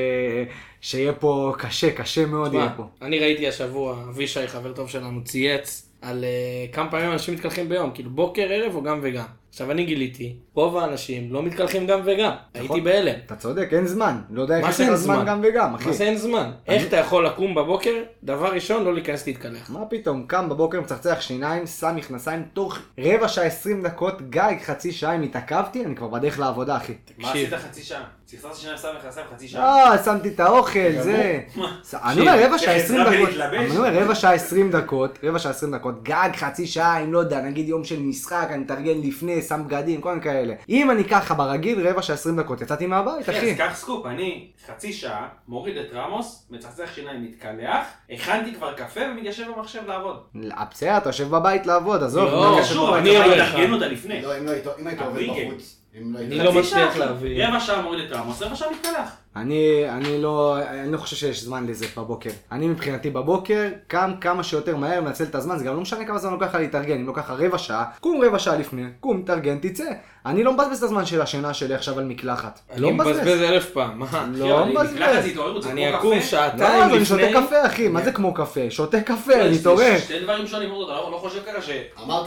שיהיה פה קשה, קשה מאוד יהיה פה. אני ראיתי השבוע, אבישי, חבר טוב שלנו, צייץ על uh, כמה פעמים אנשים מתקלחים ביום, כאילו בוקר, ערב או גם וגם. עכשיו אני גיליתי, רוב האנשים לא מתקלחים גם וגם, הייתי בהלם. אתה צודק, אין זמן, לא יודע איך יש לך זמן גם וגם, אחי. מה זה אין זמן? איך אתה יכול לקום בבוקר, דבר ראשון, לא להיכנס להתקלח? מה פתאום, קם בבוקר, מצחצח שיניים, שם מכנסיים, תוך רבע שעה עשרים דקות, גג חצי שעה, אם התעכבתי, אני כבר בדרך לעבודה, אחי. מה עשית חצי שעה? צחצחת שיניים, שם מכנסיים חצי שעה? לא, שמתי את האוכל, זה... אני אומר רבע שעה עשרים דקות, אני אומר רבע שעה עשרים דקות, רבע שעה עשרים דקות, גג חצי שעה, אם לא יודע, נגיד יום של משחק, אני תרגל לפני, שם בגדים, כל מיני כאלה. אם אני ככה ברגיל, רבע שעה עשרים דקות, יצאתי מהבית, אחי. אז קח סקופ, אני חצי שעה, מוריד את רמוס, מצחצח שיניים, מתקלח, הכנתי כבר קפה ומתיישב במחשב לעבוד. בסדר, אתה יושב בבית לעבוד, עזוב. לא, קשור, אני אתארגן אותה לפני. לא, אם היית עובד בחוץ. אני לא מצליח להביא. רבע שעה מוריד את רמוס, רבע שעה מתקלח. אני, אני לא, אני לא חושב שיש זמן לזה בבוקר. אני מבחינתי בבוקר, קם כמה שיותר מהר, מנצל את הזמן, זה גם לא משנה כמה זמן לוקח להתארגן, אם לוקח רבע שעה, קום רבע שעה לפני, קום, תארגן, תצא. אני לא מבזבז את הזמן של השינה שלי עכשיו על מקלחת. אני מבזבז אלף פעם, מה? לא מבזבז. אני אקום שעתיים לפני. אני שותה קפה, אחי, מה זה כמו קפה? שותה קפה, אני תורק. שתי דברים שונים, אתה לא חושב ככה ש... אמרת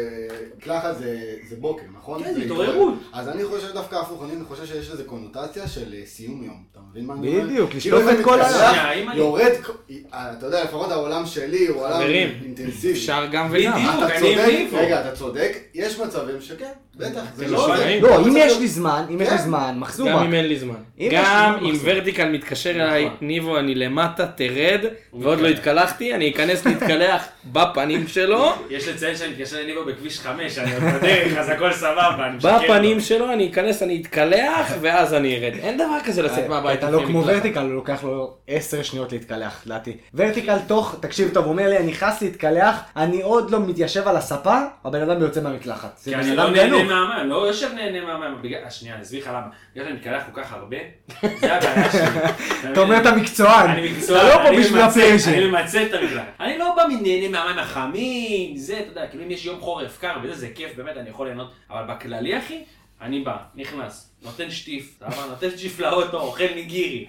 שמקלחת זה בוקר, נכון? כן, זה התעוררות. אז אני חושב דווקא הפוך, אני חושב שיש לזה קונוטציה של סיום יום. אתה מבין מה אני אומר? בדיוק, לשלוף את כל העולם. יורד, אתה יודע, לפחות העולם שלי הוא עולם אינטנסיבי. אפשר גם וגם. אתה צודק, רגע, אתה צודק, יש מצבים שכן, בטח. לא, אם יש לי זמן, אם יש לי זמן, מחזור גם אם אין לי זמן. גם אם ורטיקל מתקשר אליי, ניבו, אני למטה, תרד, ועוד לא התקלחתי, אני אכנס להתקלח בפנים שלו. יש לציין שאני מתקשר לניבו בכביש חמש, אני עוד בדרך, אז הכל סבבה, אני משקר לו. בפנים שלו, אני אכנס, אני אתקלח, ואז אני ארד. אין דבר כזה לצאת מהבית. אתה לא כמו ורטיקל, הוא לוקח לו עשר שניות להתקלח, לדעתי. ורטיקל תוך, תקשיב טוב, הוא אומר לי, אני נכנס להתקלח, אני עוד לא מתיישב על הספה, הבן אדם יוצא מהמקלחת. כי אני לא נהנה מהמים, לא יושב נהנה מהמים. השנייה, אני אסביר לך למה. בגלל שאני מתקלח כל כך הרבה, זה הבעיה שלי. אתה אומר את המקצוען. אני מקצוען, אתה לא פה בשביל הפרשן. אני ממצא את המקלחת. אני לא בא מנהנה מהמים החמים, זה, אתה יודע, כאילו אם יש יום חורף קר, וזה, זה כיף, באמת, אני יכול ליהנות. אבל בכללי, אחי, אני בא, נכנס, נותן שטיף, נותן שטיף לאוטו, אוכל ניגירי,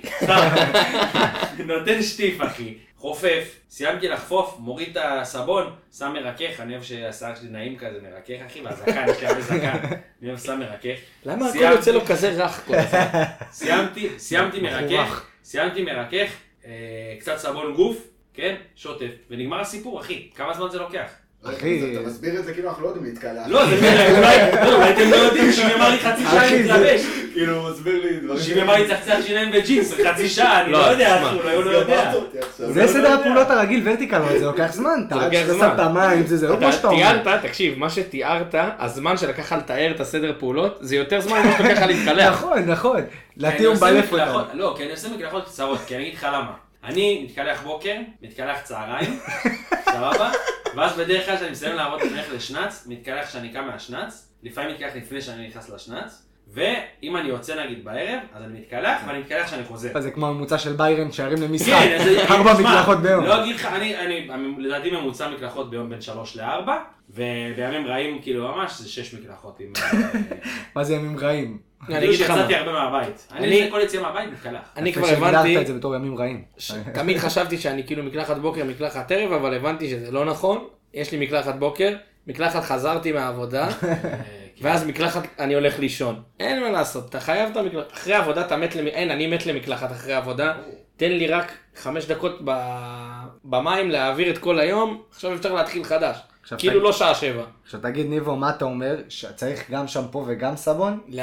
נותן שטיף, אחי. חופף, סיימתי לחפוף, מוריד את הסבון, שם מרכך, אני אוהב שהשיער שלי נעים כזה, מרכך אחי, והזקן, יש לי הרבה זקן, אני אוהב שם מרכך. למה הכל יוצא לו כזה רך כל הזמן? סיימתי, סיימתי מרכך, סיימתי מרכך, קצת סבון גוף, כן, שוטף, ונגמר הסיפור, אחי, כמה זמן זה לוקח? אחי, אתה מסביר את זה כאילו אנחנו לא יודעים להתקלח. לא, זה באמת, אולי אתם לא יודעים, שימי אמר לי חצי שעה להתלבש. כאילו, הוא מסביר לי דברים. שימי אמר לי צחצח שיניים וג'ינס, חצי שעה, אני לא יודע, אולי הוא לא יודע. זה סדר הפעולות הרגיל ורטיקל, אבל זה לוקח זמן. אתה שם את המים, זה לא כמו שאתה אומר. תיארת, תקשיב, מה שתיארת, הזמן שלקח לתאר את הסדר פעולות, זה יותר זמן ממה שלקח להתקלח. נכון, נכון. לתיאום בלף אותם. לא, כי אני עושה מקלחות קצרות, כי אני אגיד לך למה. אני מתקלח בוקר, מתקלח צהריים, סבבה? ואז בדרך כלל שאני מסיים לעבוד בדרך לשנץ, מתקלח שאני קם מהשנץ, לפעמים מתקלח לפני שאני נכנס לשנץ, ואם אני יוצא נגיד בערב, אז אני מתקלח, ואני מתקלח כשאני חוזר. זה כמו ממוצע של ביירן שערים למשחק, כן, אז ארבע מקלחות ביום. לא אגיד לך, אני, לדעתי ממוצע מקלחות ביום בין שלוש לארבע, ובימים רעים כאילו ממש זה שש מקלחות. מה זה ימים רעים? אני אגיד לך שיצאתי הרבה מהבית. אני כל יציאה מהבית מתקלח. אני כבר הבנתי, את זה בתור ימים רעים. תמיד חשבתי שאני כאילו מקלחת בוקר, מקלחת ערב, אבל הבנתי שזה לא נכון. יש לי מקלחת בוקר, מקלחת חזרתי מהעבודה, ואז מקלחת אני הולך לישון. אין מה לעשות, אתה חייב את המקלחת. אחרי העבודה אתה מת למקלחת, אין, אני מת למקלחת אחרי העבודה. תן לי רק חמש דקות במים להעביר את כל היום, עכשיו אפשר להתחיל חדש. כאילו לא שעה שבע. עכשיו תגיד ניבו, מה אתה אומר? שצריך גם שמפו וגם סבון? לא.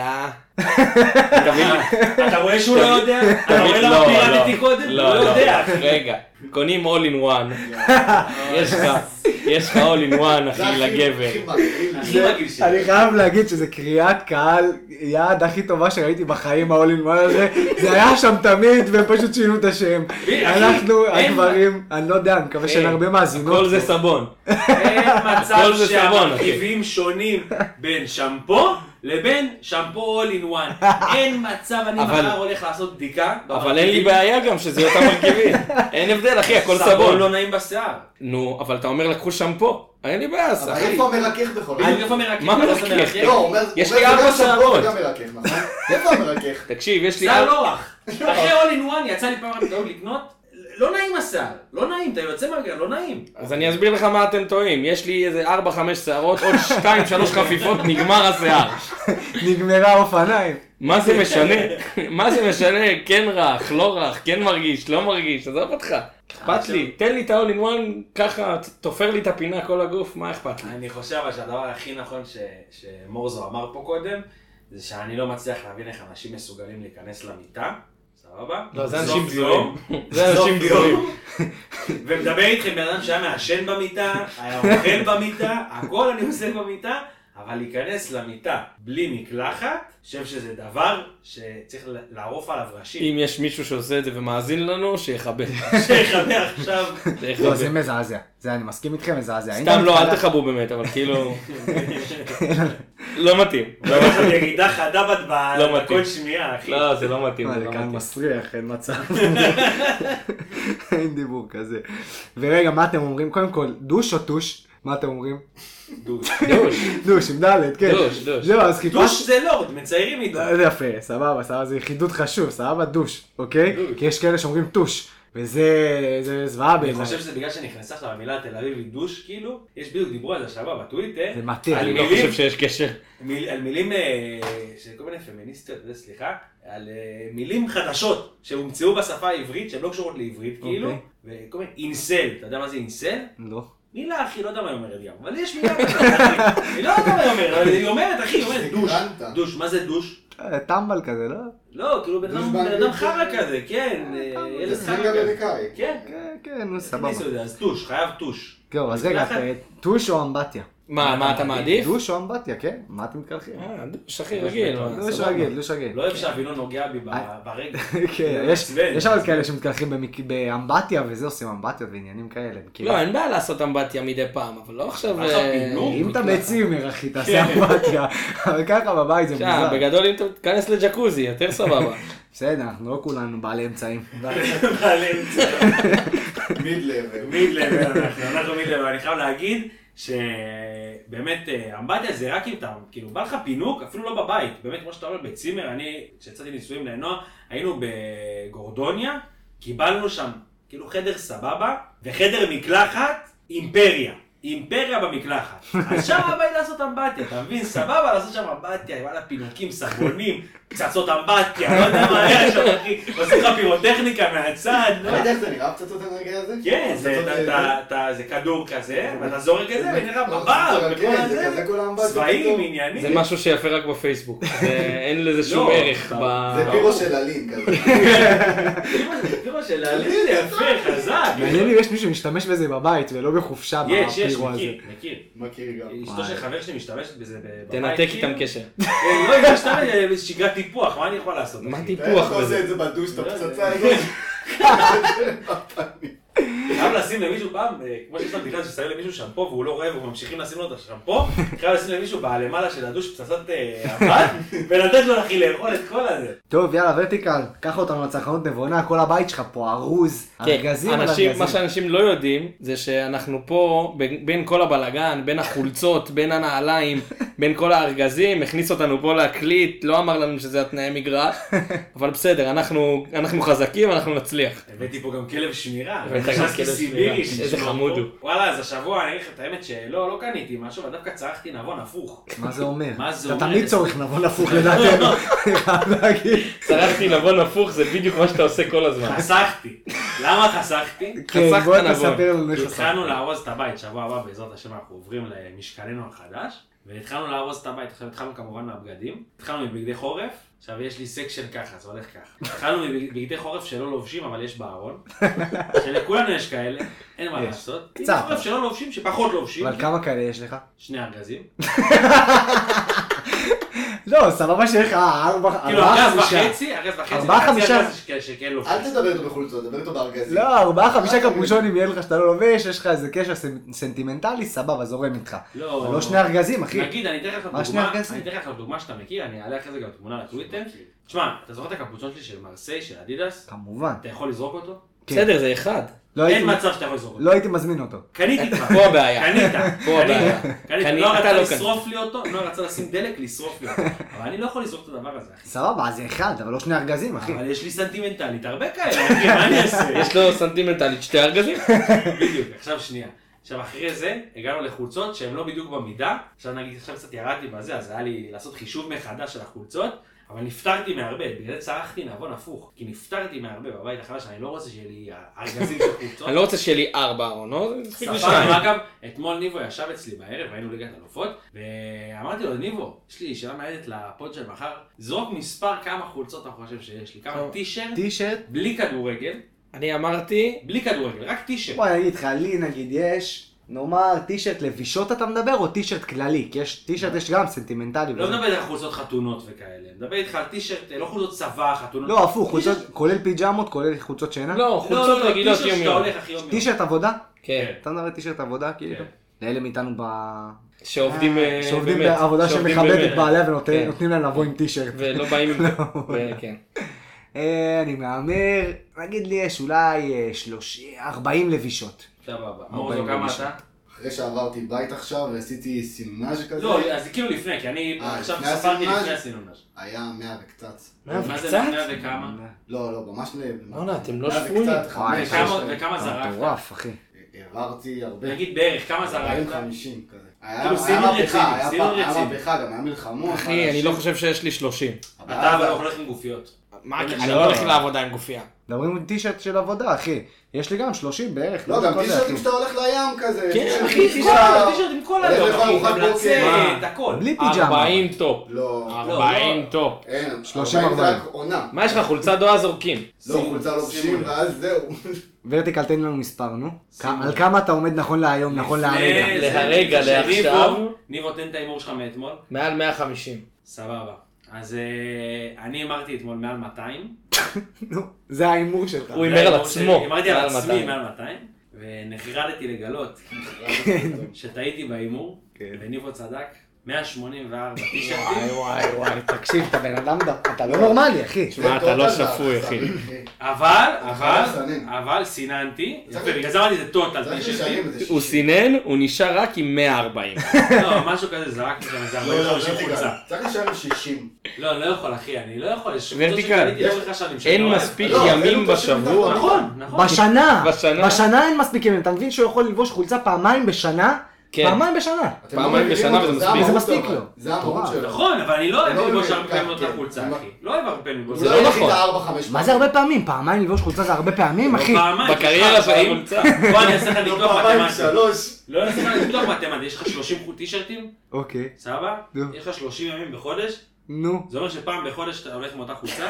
אתה רואה שהוא לא יודע? אתה רואה למה פירטתי קודם? הוא לא יודע. רגע, קונים all in one. יש לך, יש לך all in one אחי לגבר. אני חייב להגיד שזה קריאת קהל, יעד הכי טובה שראיתי בחיים ה-all in one הזה. זה היה שם תמיד והם פשוט שינו את השם. אנחנו הגברים, אני לא יודע, אני מקווה שאין הרבה מאזינות. הכל זה סבון. אין מצב שהמרכיבים שונים בין שמפו לבין שמפו all in one. אין מצב, אני מחר הולך לעשות בדיקה. אבל אין לי בעיה גם שזה אותם מרכיבים. אין הבדל אחי, הכל סבון. סבון לא נעים בשיער. נו, אבל אתה אומר לקחו שמפו. אין לי בעיה, אחי. אבל איפה המרכך בכל זאת? איפה המרכך? מה מרכך? לא, הוא אומר, יש לי ארבע שערות. איפה המרכך? תקשיב, יש לי שיער לא רך. אחרי all in one יצא לי פעם טעות לקנות. לא נעים השיער, לא נעים, אתה יוצא מהגר, לא נעים. אז אני אסביר לך מה אתם טועים, יש לי איזה ארבע חמש שערות, עוד שתיים שלוש חפיפות, נגמר השיער. נגמרה האופניים. מה זה משנה? מה זה משנה? כן רך, לא רך, כן מרגיש, לא מרגיש, עזוב אותך. אכפת לי, תן לי את ה-all in one, ככה תופר לי את הפינה כל הגוף, מה אכפת לי? אני חושב שהדבר הכי נכון שמורזו אמר פה קודם, זה שאני לא מצליח להבין איך אנשים מסוגלים להיכנס למיטה. סבבה? לא, זה אנשים גדולים. זה אנשים גדולים. ומדבר איתכם בן אדם שהיה מעשן במיטה, היה אוכל במיטה, הכל אני עושה במיטה, אבל להיכנס למיטה בלי מקלחת, אני חושב שזה דבר שצריך לערוף עליו ראשי. אם יש מישהו שעושה את זה ומאזין לנו, שיחבר. שיחבר עכשיו. לא, זה מזעזע. זה אני מסכים איתכם, מזעזע. סתם לא, אל תחבו באמת, אבל כאילו... לא מתאים. זה ירידה חדה בכל שמיעה, אחי. לא, זה לא מתאים. זה כאן מסריח, אין מצב. אין דיבור כזה. ורגע, מה אתם אומרים? קודם כל, דוש או טוש? מה אתם אומרים? דוש. דוש. דוש, עם דלת, כן. דוש, דוש. זהו, אז חיפש... דוש זה לורד, מציירים לי דוש. זה יפה, סבבה, סבבה, זה חידוד חשוב, סבבה, דוש, אוקיי? כי יש כאלה שאומרים טוש, וזה זוועה בעיניי. אני חושב שזה בגלל שנכנסה עכשיו המילה תל אביבי דוש, כאילו, יש בדיוק דיברו על זה שבוע בטוויטר. זה מטה. אני לא חושב שיש קשר. על מילים, של כל מיני פמיניסטיות, סליחה, על מילים חדשות שהומצאו בשפה העברית, שהן לא קשורות לעברית, כאילו, וכל מיני אינסל, אתה יודע מה זה אינסל? לא. מילה אחי, לא יודע מה היא אומרת גם, אבל יש מילה אחי, היא לא יודע מה היא אומרת, אבל היא אומרת אחי, היא אומרת דוש, דוש, מה זה דוש? טמבל כזה, לא? לא, כאילו בן אדם חרא כזה, כן, ילד חרא כזה, כן, כן, כן, נו סבבה. אז טוש, חייב טוש. טוב, אז רגע, טוש או אמבטיה? מה, מה אתה מעדיף? דוש או אמבטיה, כן? מה אתם מתקלחים? אה, דוש הכי רגיל. דוש רגיל, דוש רגיל. לא אוהב שאבינו נוגע בי ברגע. כן, יש אבל כאלה שמתקלחים באמבטיה וזה עושים אמבטיות ועניינים כאלה. לא, אין בעיה לעשות אמבטיה מדי פעם, אבל לא עכשיו... אם אתה בצימר אחי, תעשה אמבטיה, אבל ככה בבית זה מוזר. בגדול אם אתה תכנס לג'קוזי, יותר סבבה. בסדר, אנחנו לא כולנו בעלי אמצעים. בעלי אמצעים. מיד-לבר. מיד-לבר אנחנו, אנחנו מיד-לבר. אני חייב להגיד שבאמת אמבטיה זה רק אם אתה, כאילו בא לך פינוק, אפילו לא בבית, באמת כמו שאתה אומר בצימר, אני, כשיצאתי ניסויים לנוע, היינו בגורדוניה, קיבלנו שם כאילו חדר סבבה, וחדר מקלחת אימפריה. אימפריה במקלחת. אז שם הבא היא לעשות אמבטיה, אתה מבין? סבבה לעשות שם אמבטיה, עם על הפינוקים, סבונים, פצצות אמבטיה, לא יודע מה היה שם, אחי. עושים לך פירוטכניקה מהצד. לא יודע איך זה נראה פצצות אנרגיה הזה? כן, זה כדור כזה, ואתה זורק את זה, ונראה בבר, וכל הזה, צבעים, עניינים. זה משהו שיפה רק בפייסבוק, אין לזה שום ערך. זה פירו של אלין כזה. פירו של אלין זה יפה, חזק. מעניין לי יש מישהו שמשתמש בזה בבית ולא בחופשה בפירו הזה. מכיר, מכיר. מכיר גם. אשתו של חבר שלי משתמשת בזה בבית. תנתק איתם קשר. לא, היא משתמשת בשגרת טיפוח, מה אני יכול לעשות? מה טיפוח בזה? אתה עושה את זה בדוש, את הפצצה הזאת. חייב לשים למישהו פעם, כמו שיש לנו בדיחה ששמים למישהו שמפו והוא לא רואה וממשיכים לשים לו את השמפו, חייב לשים למישהו בעלמעלה של הדוש פצצות עבד, ולתת לו אחי לאכול את כל הזה. טוב, יאללה, ורטיקל, קח אותנו לצרכנות נבונה, כל הבית שלך פה ארוז, ארגזים על ארגזים. מה שאנשים לא יודעים, זה שאנחנו פה, בין כל הבלגן, בין החולצות, בין הנעליים, בין כל הארגזים, הכניס אותנו פה להקליט, לא אמר לנו שזה התנאי מגרש, אבל בסדר, אנחנו חזקים, אנחנו נצליח. הבאתי פה גם כלב שמירה, איזה חמוד הוא. וואלה, אז השבוע אני אגיד לך את האמת שלא, לא קניתי משהו, אבל דווקא צרכתי נבון הפוך. מה זה אומר? מה זה אומר? אתה תמיד צורך נבון הפוך לדעתנו. צרכתי נבון הפוך, זה בדיוק מה שאתה עושה כל הזמן. חסכתי. למה חסכתי? כן, בוא תספר לנו איך חסכת. התחלנו לארוז את הבית, שבוע הבא בעזרת השם אנחנו עוברים למשכננו החדש, והתחלנו לארוז את הבית, התחלנו כמובן מהבגדים, התחלנו מבגדי חורף, עכשיו יש לי סקשן ככה, זה הולך ככה. התחלנו מבגדי חורף שלא לובשים, אבל יש בארון, שלכולנו יש כאלה, אין מה לעשות. בגדי חורף שלא לובשים, שפחות לובשים. אבל כמה כאלה יש לך? שני ארגזים. לא, סבבה שיש לך ארבעה, כאילו ארגז וחצי, ארגז וחצי, ארבעה חמישה, שכן לובשים. אל תדבר איתו בחולצות, דבר איתו בארגזים. לא, ארבעה חמישה קפוצ'ונים יהיה לך שאתה לא לובש, יש לך איזה קשר סנטימנטלי, סבבה, זורם איתך. לא, לא שני ארגזים, אחי. נגיד, אני אתן לך דוגמה, אני אתן לך דוגמה שאתה מכיר, אני אעלה אחרי זה גם תמונה לטוויטר. תשמע, אתה זוכר את הקפוצ'ון שלי של מרסיי, של אדידס? כמובן. אתה יכול לזרוק אותו? בסדר, זה אחד. אין מצב שאתה יכול לזרוק אותו. לא הייתי מזמין אותו. קניתי כבר. פה הבעיה. קנית. פה הבעיה. קנית. נועה רצה לשרוף לי אותו, נועה רצה לשים דלק, לשרוף לי אותו. אבל אני לא יכול לזרוק את הדבר הזה, אחי. סבבה, זה אחד, אבל לא שני ארגזים, אחי. אבל יש לי סנטימנטלית, הרבה כאלה, אחי, מה אני אעשה? יש לו סנטימנטלית שתי ארגזים? בדיוק, עכשיו שנייה. עכשיו אחרי זה הגענו לחולצות שהן לא בדיוק במידה. עכשיו נגיד, עכשיו קצת ירדתי בזה, אז היה לי לעשות חישוב מחדש של החולצות. אבל נפטרתי מהרבה, בגלל זה צרכתי נבון הפוך, כי נפטרתי מהרבה בבית החדש, אני לא רוצה שיהיה לי ארגזים של חולצות. אני לא רוצה שיהיה לי ארבע ארונות, ספרנו, אגב, אתמול ניבו ישב אצלי בערב, היינו ליגת אלופות, ואמרתי לו, ניבו, יש לי שאלה מעניינת לפוד של מחר, זרוק מספר כמה חולצות אתה חושב שיש לי, כמה טישרט, טישרט, בלי כדורגל, אני אמרתי, בלי כדורגל, רק טישרט. בואי אני אגיד לך, לי נגיד יש, נאמר טישרט לבישות אתה מדבר, או טישרט כללי? כי יש טישרט יש גם סנטימנטלי. לא מדבר איתך על חולצות חתונות וכאלה, מדבר איתך על טישרט, לא חולצות צבא, חתונות. לא, הפוך, כולל פיג'מות, כולל חולצות שינה? לא, חולצות רגילות יום-יום. טישרט עבודה? כן. אתה מדבר טישרט עבודה, כאילו? לאלה מאיתנו ב... שעובדים באמת. שעובדים בעבודה שמכבדת בעליה ונותנים להם לבוא עם טישרט. ולא באים עם זה, כן. אני מהמר, נגיד לי יש אולי ארבעים לבישות. סבבה. מורזו, כמה אתה? אחרי שעברתי בית עכשיו ועשיתי סינונאז' כזה. לא, אז כאילו לפני, כי אני עכשיו ספרתי לפני הסינונאז'. היה מאה וקצת. מאה מה זה מאה וכמה? לא, לא, ממש ל... לא, אתם לא שפויים. וכמה זרקת? מטורף, אחי. העברתי הרבה. נגיד בערך, כמה זרקת? ארבעים חמישים כזה. כאילו סינון רציני, סינון היה רציני. מהפכה, גם היה מלחמות. אחי, אני לא חושב שיש לי שלושים. אתה אבל הולך עם גופיות. מה, אני לא הולך לעבודה עם גופייה. מדברים עם טישרט של עבודה, אחי. יש לי גם שלושים בערך. לא, גם טישרטים שאתה הולך לים כזה. כן, אחי, טישרט עם כל היום, אחי, לצאת, הכל. בלי פיג'מה. ארבעים טופ. לא. ארבעים טופ. אין, שלושים ארבעים זה ארבעים. רק עונה. מה יש לך, חולצה דואה זורקים? לא, חולצה לובשים ואז זהו. ורטיקל, תן לנו מספר, נו. על כמה אתה עומד נכון להיום, נכון להרגע? להרגע, לעכשיו. ניבו, תן את האימור שלך מאתמול. מעל מאה וחמישים. סבבה. אז אני אמרתי אתמול מעל מאתיים. נו, זה האימור שלך. הוא הימר על עצמו. אמרתי על עצמי מעל מאתיים. ונחרדתי לגלות שטעיתי בהימור. וניבו צדק. מאה שמונים וארבע טישרטים. וואי וואי וואי, תקשיב, אתה בן אדם, אתה לא נורמלי, אחי. שמע, אתה לא שפוי, אחי. אבל, אבל, אבל סיננתי, בגלל זה אמרתי זה טוטל טישרטים. הוא סינן, הוא נשאר רק עם מאה וארבעים. לא, משהו כזה זרקתי שם, זה ארבעים וחמישים חולצה. צריך להישאר עם שישים. לא, לא יכול אחי, אני לא יכול. ורטיקל, אין מספיק ימים בשבוע. נכון, נכון. בשנה, בשנה. בשנה אין מספיק ימים, אתה מבין שהוא יכול ללבוש חולצה פעמיים בשנה? פעמיים בשנה. פעמיים בשנה וזה מספיק. זה מספיק לו. זה המהות שלו. נכון, אבל אני לא אוהב ללבוש הרבה פעמים אותה חולצה, אחי. לא אוהב הרבה פעמים ללבוש. זה לא נכון. מה זה הרבה פעמים? פעמיים ללבוש חולצה זה הרבה פעמים, אחי. בקריירה של החולצה. בוא אני אעשה לך ניתוח מתמטי. שלוש. לא נעשה לך ניתוח מתמטי, יש לך שלושים טישרטים? אוקיי. סבבה? יש לך שלושים ימים בחודש? נו. זה אומר שפעם בחודש אתה הולך עם אותה חולצה?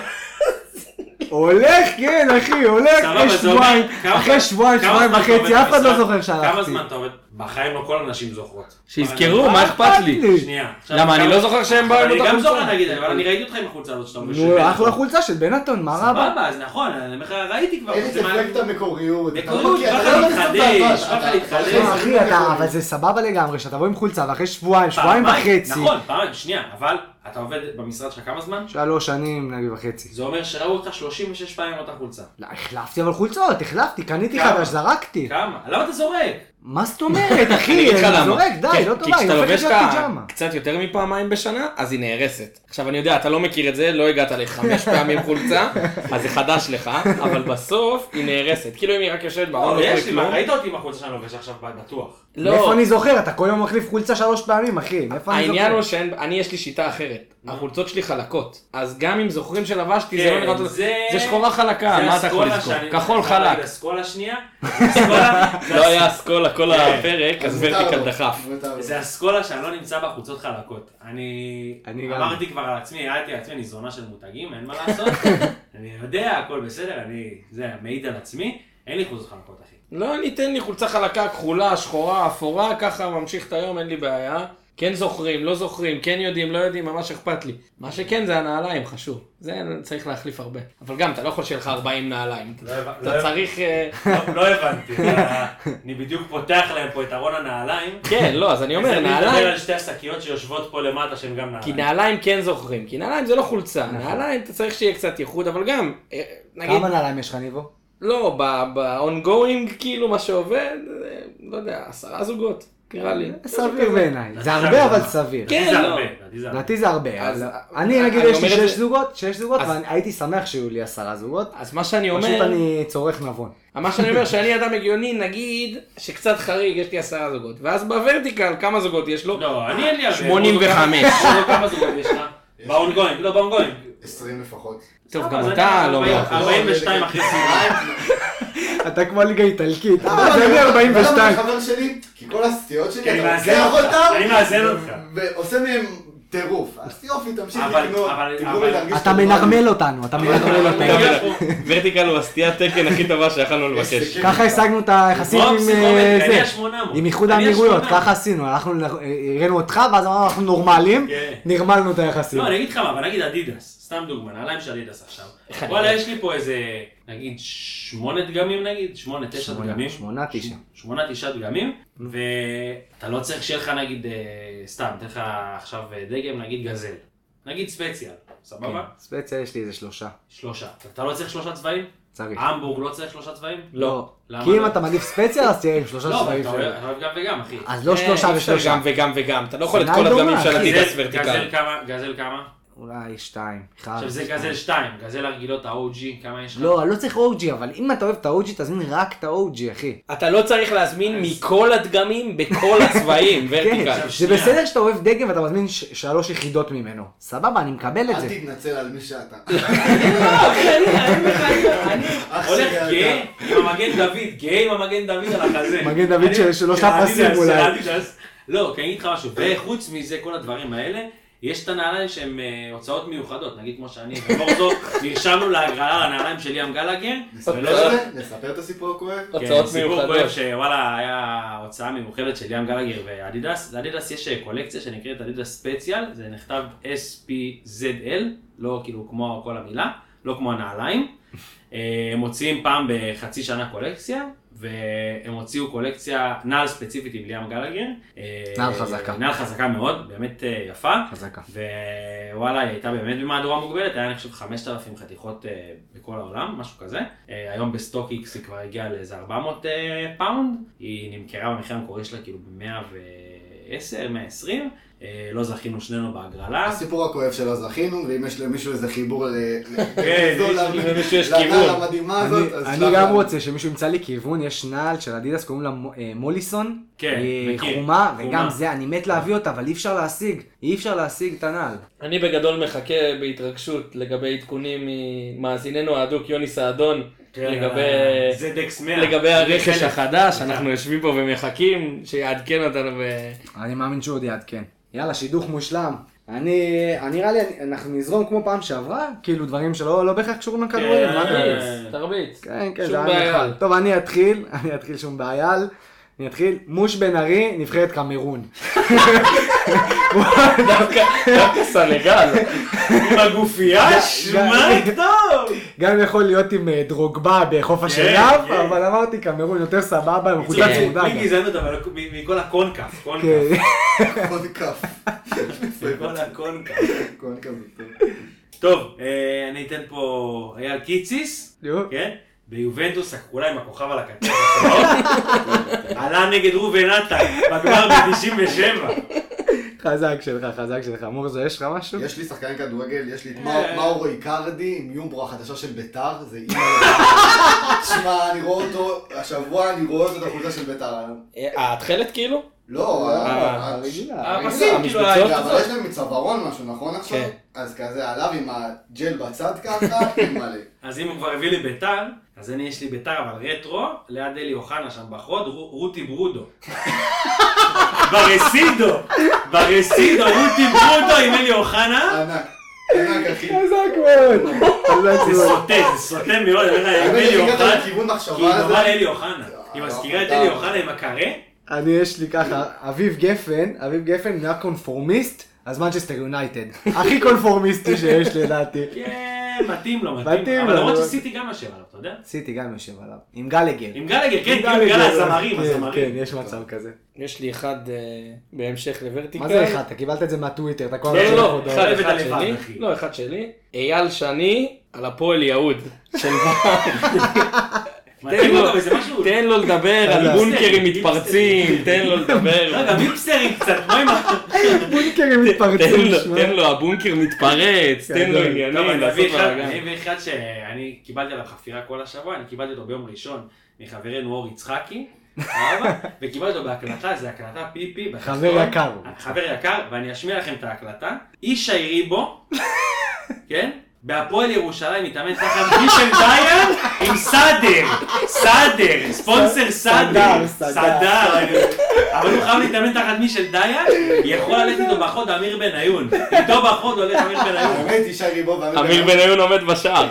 הולך, כן, אחי, הולך אחרי שבועיים, אחרי שבועיים, שבועיים וחצי, אף אחד לא זוכר שהלכתי. כמה זמן אתה עובד? בחיים לא כל הנשים זוכרות. שיזכרו, מה אכפת לי? שנייה. למה, אני לא זוכר שהם באו עם אותה חולצה? אני גם זוכר, נגיד, אבל אני ראיתי אותך עם החולצה הזאת שאתה אומר נו, אחלה חולצה של בנטון, מה רע בה? סבבה, אז נכון, אני ראיתי כבר. אין את אפקט המקוריות. מקוריות, ככה להתחדש, ככה להתחדש. אחי, אבל זה סבבה לגמרי, שאתה בוא עם חולצה ואחרי שבועיים, שבועיים וחצי. נכון, פעמיים, שנייה, אבל אתה עובד במשרד שלך כמה זמן? שלוש שנים, נגיד וחצי. זה אומר שראו אותך שלושים ושש פעמים אותה חולצה. לא, החלפתי אבל חולצות, החלפתי, קניתי חדש, זרקתי. כמה? למה אתה זורק? מה זאת אומרת, אחי? אני זורק, די, לא טובה, כי כשאתה לובש להיות פיג'מה. קצת יותר מפעמיים בשנה, אז היא נהרסת. עכשיו אני יודע, אתה לא מכיר את זה, לא הגעת לחמש פעמים חולצה, אז זה חדש לך, אבל בסוף היא נהרסת. כאילו אם היא רק יושבת בארון, לא יש לי, ראית אותי עם החולצה שאני לובש עכשיו בטוח. מאיפה אני זוכר? אתה כל יום מחליף חולצה שלוש פעמים, אחי. מאיפה אני זוכר? העניין הוא שאני יש לי שיטה אחרת. החולצות שלי חלקות. אז גם אם זוכרים שלבשתי, זה לא נראה אותו. זה שחורה חלקה, מה אתה יכול לזכור? כחול חלק. זה אסכולה שנייה. לא היה אסכולה כל הפרק, אז ורטיקל דחף. זה אסכולה שאני לא נמצא בחולצות חלקות. אני אמרתי כבר על עצמי, העלתי על עצמי, אני זונה של מותגים, אין מה לעשות. אני יודע, הכל בסדר, אני מעיד על עצמי. אין לי חולצות חלקות, אחי. לא, אני אתן לי חולצה חלקה, כחולה, שחורה, אפורה, ככה ממשיך את היום, אין לי בעיה. כן זוכרים, לא זוכרים, כן יודעים, לא יודעים, ממש אכפת לי. מה שכן זה הנעליים, חשוב. זה צריך להחליף הרבה. אבל גם, אתה לא יכול שיהיה לך ארבעים נעליים. אתה צריך... לא הבנתי. אני בדיוק פותח להם פה את ארון הנעליים. כן, לא, אז אני אומר, נעליים... אני מדבר על שתי השקיות שיושבות פה למטה שהן גם נעליים. כי נעליים כן זוכרים, כי נעליים זה לא חולצה. נעליים אתה צריך שיהיה קצת ייחוד, אבל גם... כמה נעליים יש לך, ניבו? לא, ב-ongoing כאילו מה שעובד, לא יודע, עשרה זוגות. נראה לי. סביר בעיניי. זה הרבה אבל סביר. כן, לא. לדעתי זה הרבה. אני נגיד יש לי שש זוגות, שש זוגות, והייתי שמח שיהיו לי עשרה זוגות. אז מה שאני אומר... פשוט אני צורך נבון. מה שאני אומר שאני אדם הגיוני, נגיד שקצת חריג, יש לי עשרה זוגות. ואז בוורטיקל, כמה זוגות יש לו? לא, אני אין לי הרבה. שמונים וחמש. כמה זוגות יש לך? באונגוינג, לא באונגוינג. עשרים לפחות. טוב, גם אתה לא... ארבעים ושתיים אחרי סיום. אתה כמו ליגה איטלקית. אה, זה לי ארבעים ושתיים. אתה חבר שלי, כי כל הסטיות שלי, אני מאזן אותך. אני מאזן אותך. ועושה מהם טירוף. אז יופי, תמשיך לקנות. אתה מנרמל אותנו, אתה מנרמל אותנו. ורטיקל הוא הסטיית תקן הכי טובה שיכולנו לבקש. ככה השגנו את היחסים עם זה. עם איחוד האמירויות, ככה עשינו. אנחנו הראינו אותך, ואז אמרנו אנחנו נורמלים, נרמלנו את היחסים. לא, אני אגיד לך מה, אבל נגיד אדידס. סתם דוגמה, נעליים של אדידס עכשיו. וואלה, יש לי פה איזה, נגיד, שמונה דגמים נגיד, שמונה, תשע דגמים. שמונה, תשע. שמונה, תשע דגמים, ואתה לא צריך שיהיה לך נגיד, סתם, תן לך עכשיו דגם, נגיד גזל. נגיד ספציאל, סבבה? ספציאל יש לי איזה שלושה. שלושה. אתה לא צריך שלושה צבעים? צריך. המבורג לא צריך שלושה צבעים? לא. כי אם אתה מעדיף ספציאל, אז תהיה עם שלושה צבעים. לא, אתה אוהב גם וגם, אחי. אז לא שלושה ושלושה. גם וגם וגם. אתה לא יכול את כל הדגמים של אדידס ורטיקל. גזל כמה? אולי שתיים. עכשיו זה גזל שתיים, גזל הרגילות ה-או ג'י, כמה יש לך? לא, לא צריך או ג'י, אבל אם אתה אוהב את ה-או ג'י, תזמין רק את ה-או ג'י, אחי. אתה לא צריך להזמין מכל הדגמים בכל הצבעים, ורטיקל. זה בסדר שאתה אוהב דגם ואתה מזמין שלוש יחידות ממנו. סבבה, אני מקבל את זה. אל תתנצל על מי שאתה. אני הולך גאה עם המגן דוד, גאה עם המגן דוד על החזה. מגן דוד של שלושה פסים אולי. לא, כי אני אגיד לך משהו, וחוץ מזה, כל הדברים האלה, יש את הנעליים שהן הוצאות מיוחדות, נגיד כמו שאני ובורזו, נרשמנו להגרלה לנעליים של ים גלגר. נספר את הסיפור הכואב? הוצאות סיפור מיוחדות. כואב שוואלה היה הוצאה מיוחדת של ים גלגר ואדידס. לאדידס יש קולקציה שנקראת אדידס ספציאל, זה נכתב אס פי זד אל, לא כאילו כמו כל המילה, לא כמו הנעליים. הם מוציאים פעם בחצי שנה קולקציה, והם הוציאו קולקציה נעל ספציפית עם ליאם גלגר. נעל חזקה. נעל חזקה מאוד, באמת יפה. חזקה. ווואלה, היא הייתה באמת במהדורה מוגבלת, היה אני חושב חמשת אלפים חתיכות בכל העולם, משהו כזה. היום בסטוק איקס היא כבר הגיעה לאיזה ארבע מאות פאונד, היא נמכרה במחיר המקורי שלה כאילו ב-מאה ועשר, מאה ועשרים. לא זכינו שנינו בהגרלה. הסיפור הכואב שלא זכינו, ואם יש למישהו איזה חיבור למישהו יש כיוון. המדהימה הזאת, אז אני גם רוצה שמישהו ימצא לי כיוון, יש נעל של אדידס, קוראים לה מוליסון. היא חומה, וגם זה, אני מת להביא אותה, אבל אי אפשר להשיג, אי אפשר להשיג את הנעל. אני בגדול מחכה בהתרגשות לגבי עדכונים ממאזיננו האדוק יוני סעדון, לגבי הרכש החדש, אנחנו יושבים פה ומחכים שיעדכן אותנו. אני מאמין שהוא עוד יעדכן. יאללה, שידוך מושלם. אני, נראה לי, אנחנו נזרום כמו פעם שעברה, כאילו דברים שלא לא בהכרח קשורים לכדורגל. מה אתה אומר? תרביץ. כן, כן, שום זה היה בעיה. נחמד. טוב, אני אתחיל, אני אתחיל שום בעיה. אני אתחיל, מוש בן ארי, נבחרת קמרון. דווקא סנגל. עם הגופייה, שמע טוב! גם יכול להיות עם אה, דרוגבה בחוף השנהב, כן. אבל אמרתי קמרון יותר סבבה, עם חולצה כן. צמודה. מי גזענות אבל מכל הקונקף, קונקף. כן. עוד כף. מכל הקונקף. כל כף זה טוב. טוב, אה, אני אתן פה אייל קיציס, נו. כן? ביובנטוס הכחולה עם הכוכב על הכתף. עלה נגד ראובן עטר, בגמר ב-תשעים ושבע. חזק שלך, חזק שלך. מורזו, יש לך משהו? יש לי שחקן כדורגל, יש לי את מאורו איקרדי עם יומברו החדשה של ביתר, זה אימא. תשמע, אני רואה אותו, השבוע אני רואה אותו את החולצה של ביתר. התכלת כאילו? לא, ה- הרגילה. הפסים, כאילו, המשבצות? אבל יש להם מצווארון משהו, נכון עכשיו? כן. אז כזה עליו עם הג'ל בצד ככה, אין מלא. אז אם הוא כבר הביא לי ביתר, אז אני יש לי ביתר אבל רטרו, ליד אלי אוחנה שם בחוד, רו- רותי ברודו. ברסידו, ברסידו, רותי ברודו עם אלי אוחנה. ענק, ענק אחי. חזק מאוד. חזק זה מאוד. סוטה, זה סוטה מאוד, אני אומר לה, עם האמת אלי שהגעת אוחנה, לכיוון כי מחשבה היא דומה הזה. לאלי אוחנה. היא מזכירה את אלי אוחנה עם הקרה. אני יש לי ככה, אביב גפן, אביב גפן נהיה קונפורמיסט, אז מנצ'סטר יונייטד. הכי קונפורמיסטי שיש לדעתי. כן, מתאים לו, מתאים מתאים. לו, אבל למרות לא- שסיטי גם יושב עליו, אתה יודע? סיטי גם יושב עליו. עם גלגר. עם גלגר, כן, עם כאילו בגלל גלגר. הזמרים, כן, הזמרים. כן, יש מצב כזה. יש לי אחד אה, בהמשך לוורטיקל. מה זה אחד? אתה קיבלת את זה מהטוויטר, אתה כל לא, הזמן לא, הודעות. לא, אחד חלבת אחד לבד, שלי. אחי. לא, אחד שלי. אייל שני על הפועל יהוד. של מתאים לו, אבל זה משהו... תן לו לדבר על חזק. בונקרים מתפרצים, תן לו לדבר. רגע, מיפסטרים קצת, מה עם ה... בונקרים תן מתפרצים, לו, שמע. תן לו, הבונקר מתפרץ, תן לו גדול. טוב, עניינים, אני לעשות אביא אחד, בלאגן. אני אביא אחד שאני קיבלתי עליו חפירה כל השבוע, אני קיבלתי אותו ביום ראשון מחברנו אור יצחקי, אבא, וקיבלתי אותו בהקלטה, זה הקלטה פיפי. בחסון. חבר יקר. חבר יקר, ואני אשמיע לכם את ההקלטה. ישי ריבו, כן? בהפועל ירושלים מתאמן תחת מישל דיין עם סאדר, סאדר, ספונסר סאדר, סדר, סאדר, אבל הוא חייב להתאמן תחת מישל דיין, יכול ללכת איתו בחוד אמיר בניון, איתו בחוד הולך אמיר בניון. האמת, ישי ריבו ואמיר אמיר בניון עומד בשער.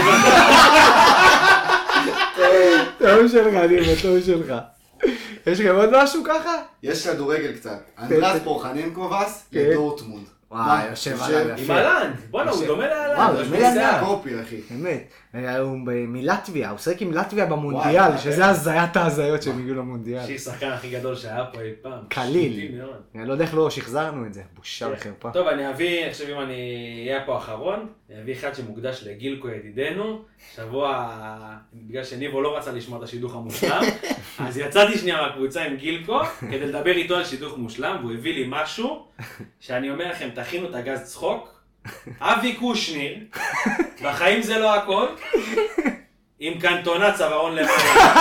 טוב שלך, ניר, טוב שלך. יש לכם עוד משהו ככה? יש כדורגל קצת. אנדרס פורחננקובס כן. לדורטמונד. וואי, מה? יושב עליו עם יפה. הלנד, בואנה הוא דומה וואו, להלנד. דומה זה להלנד. הקופי, אחי. באמת. הוא מלטביה, הוא שחק עם לטביה במונדיאל, וואי, שזה הזיית ההזיות שהם הגיעו למונדיאל. שיר שחקן הכי גדול שהיה פה אי פעם. קליל. שטותי מאוד. אני לא יודע איך לא שחזרנו את זה, בושה וחרפה. טוב, אני אביא, עכשיו אם אני אהיה פה אחרון, אני אביא אחד שמוקדש לגילקו ידידנו. שבוע, בגלל שניבו לא רצה לשמוע את השידוך המושלם, אז יצאתי שנייה מהקבוצה עם גילקו, כדי לדבר איתו על שידוך מושלם, והוא הביא לי משהו, שאני אומר לכם, תכינו את הגז צחוק, אבי קושניר, בחיים זה לא הכל, עם קנטונה צווארון למעלה.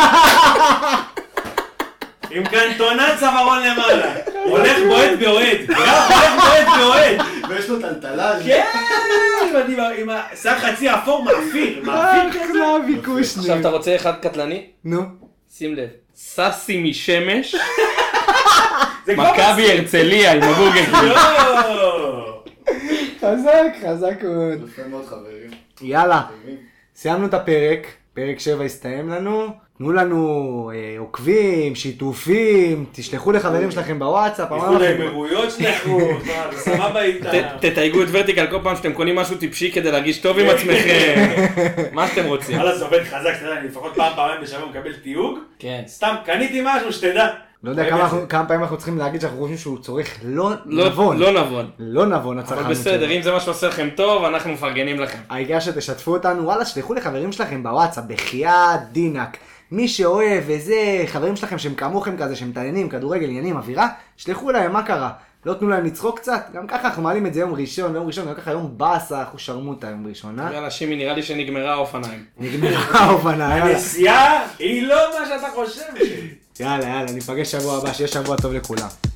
עם קנטונה צווארון למעלה. הולך בועט באוהד. הולך בועט באוהד. ויש לו טלטלה. כן, עם ה- עם השיער חצי אפור מאפיר. מאפיר כזה. אחלה ביקושניר. עכשיו אתה רוצה אחד קטלני? נו. שים לב. ססי משמש, זה כבר מכבי הרצליה עם הבורגר. לא. חזק, חזק מאוד. יפה מאוד חברים. יאללה, סיימנו את הפרק, פרק שבע הסתיים לנו. תנו לנו אה, עוקבים, שיתופים, תשלחו לחברים שלכם בוואטסאפ. איחוד אמרנו- האמירויות שלחו. זה סבבה איתה. ת- תתייגו את ורטיקל כל פעם שאתם קונים משהו טיפשי כדי להרגיש טוב עם עצמכם. מה שאתם רוצים. יאללה, זה עובד חזק, אתה יודע, אני לפחות פעם פעמיים בשבוע מקבל תיוג. כן. סתם קניתי משהו, שתדע. לא יודע כמה אנחנו- כמה פעמים אנחנו צריכים להגיד שאנחנו חושבים שהוא צורך לא לא נבון. לא נבון. לא נבון הצרכנות אבל בסדר, שלו. אם זה מה שעושה לכם טוב, אנחנו מפרגנים לכם. העיקר שתשתפו אותנו, וואלה, שלחו לחברים שלכם בוואטסאפ, בחייאת דינק. מי שאוהב וזה, חברים שלכם שהם כמוכם כזה, שמתעניינים, כדורגל, עניינים, אווירה, שלחו להם, מה קרה? לא תנו להם לצחוק קצת? גם ככה אנחנו מעלים את זה יום ראשון, ויום ראשון, גם ככה יום באסה, אנחנו שרמוטה יום ראשון, אה? יאללה, שימי, נראה לי שנגמרה האופניים. נגמרה האופנה, יאללה. הנסיעה היא לא מה שאתה חושב. יאללה, יאללה, ניפגש שבוע הבא, שיהיה שבוע טוב לכולם.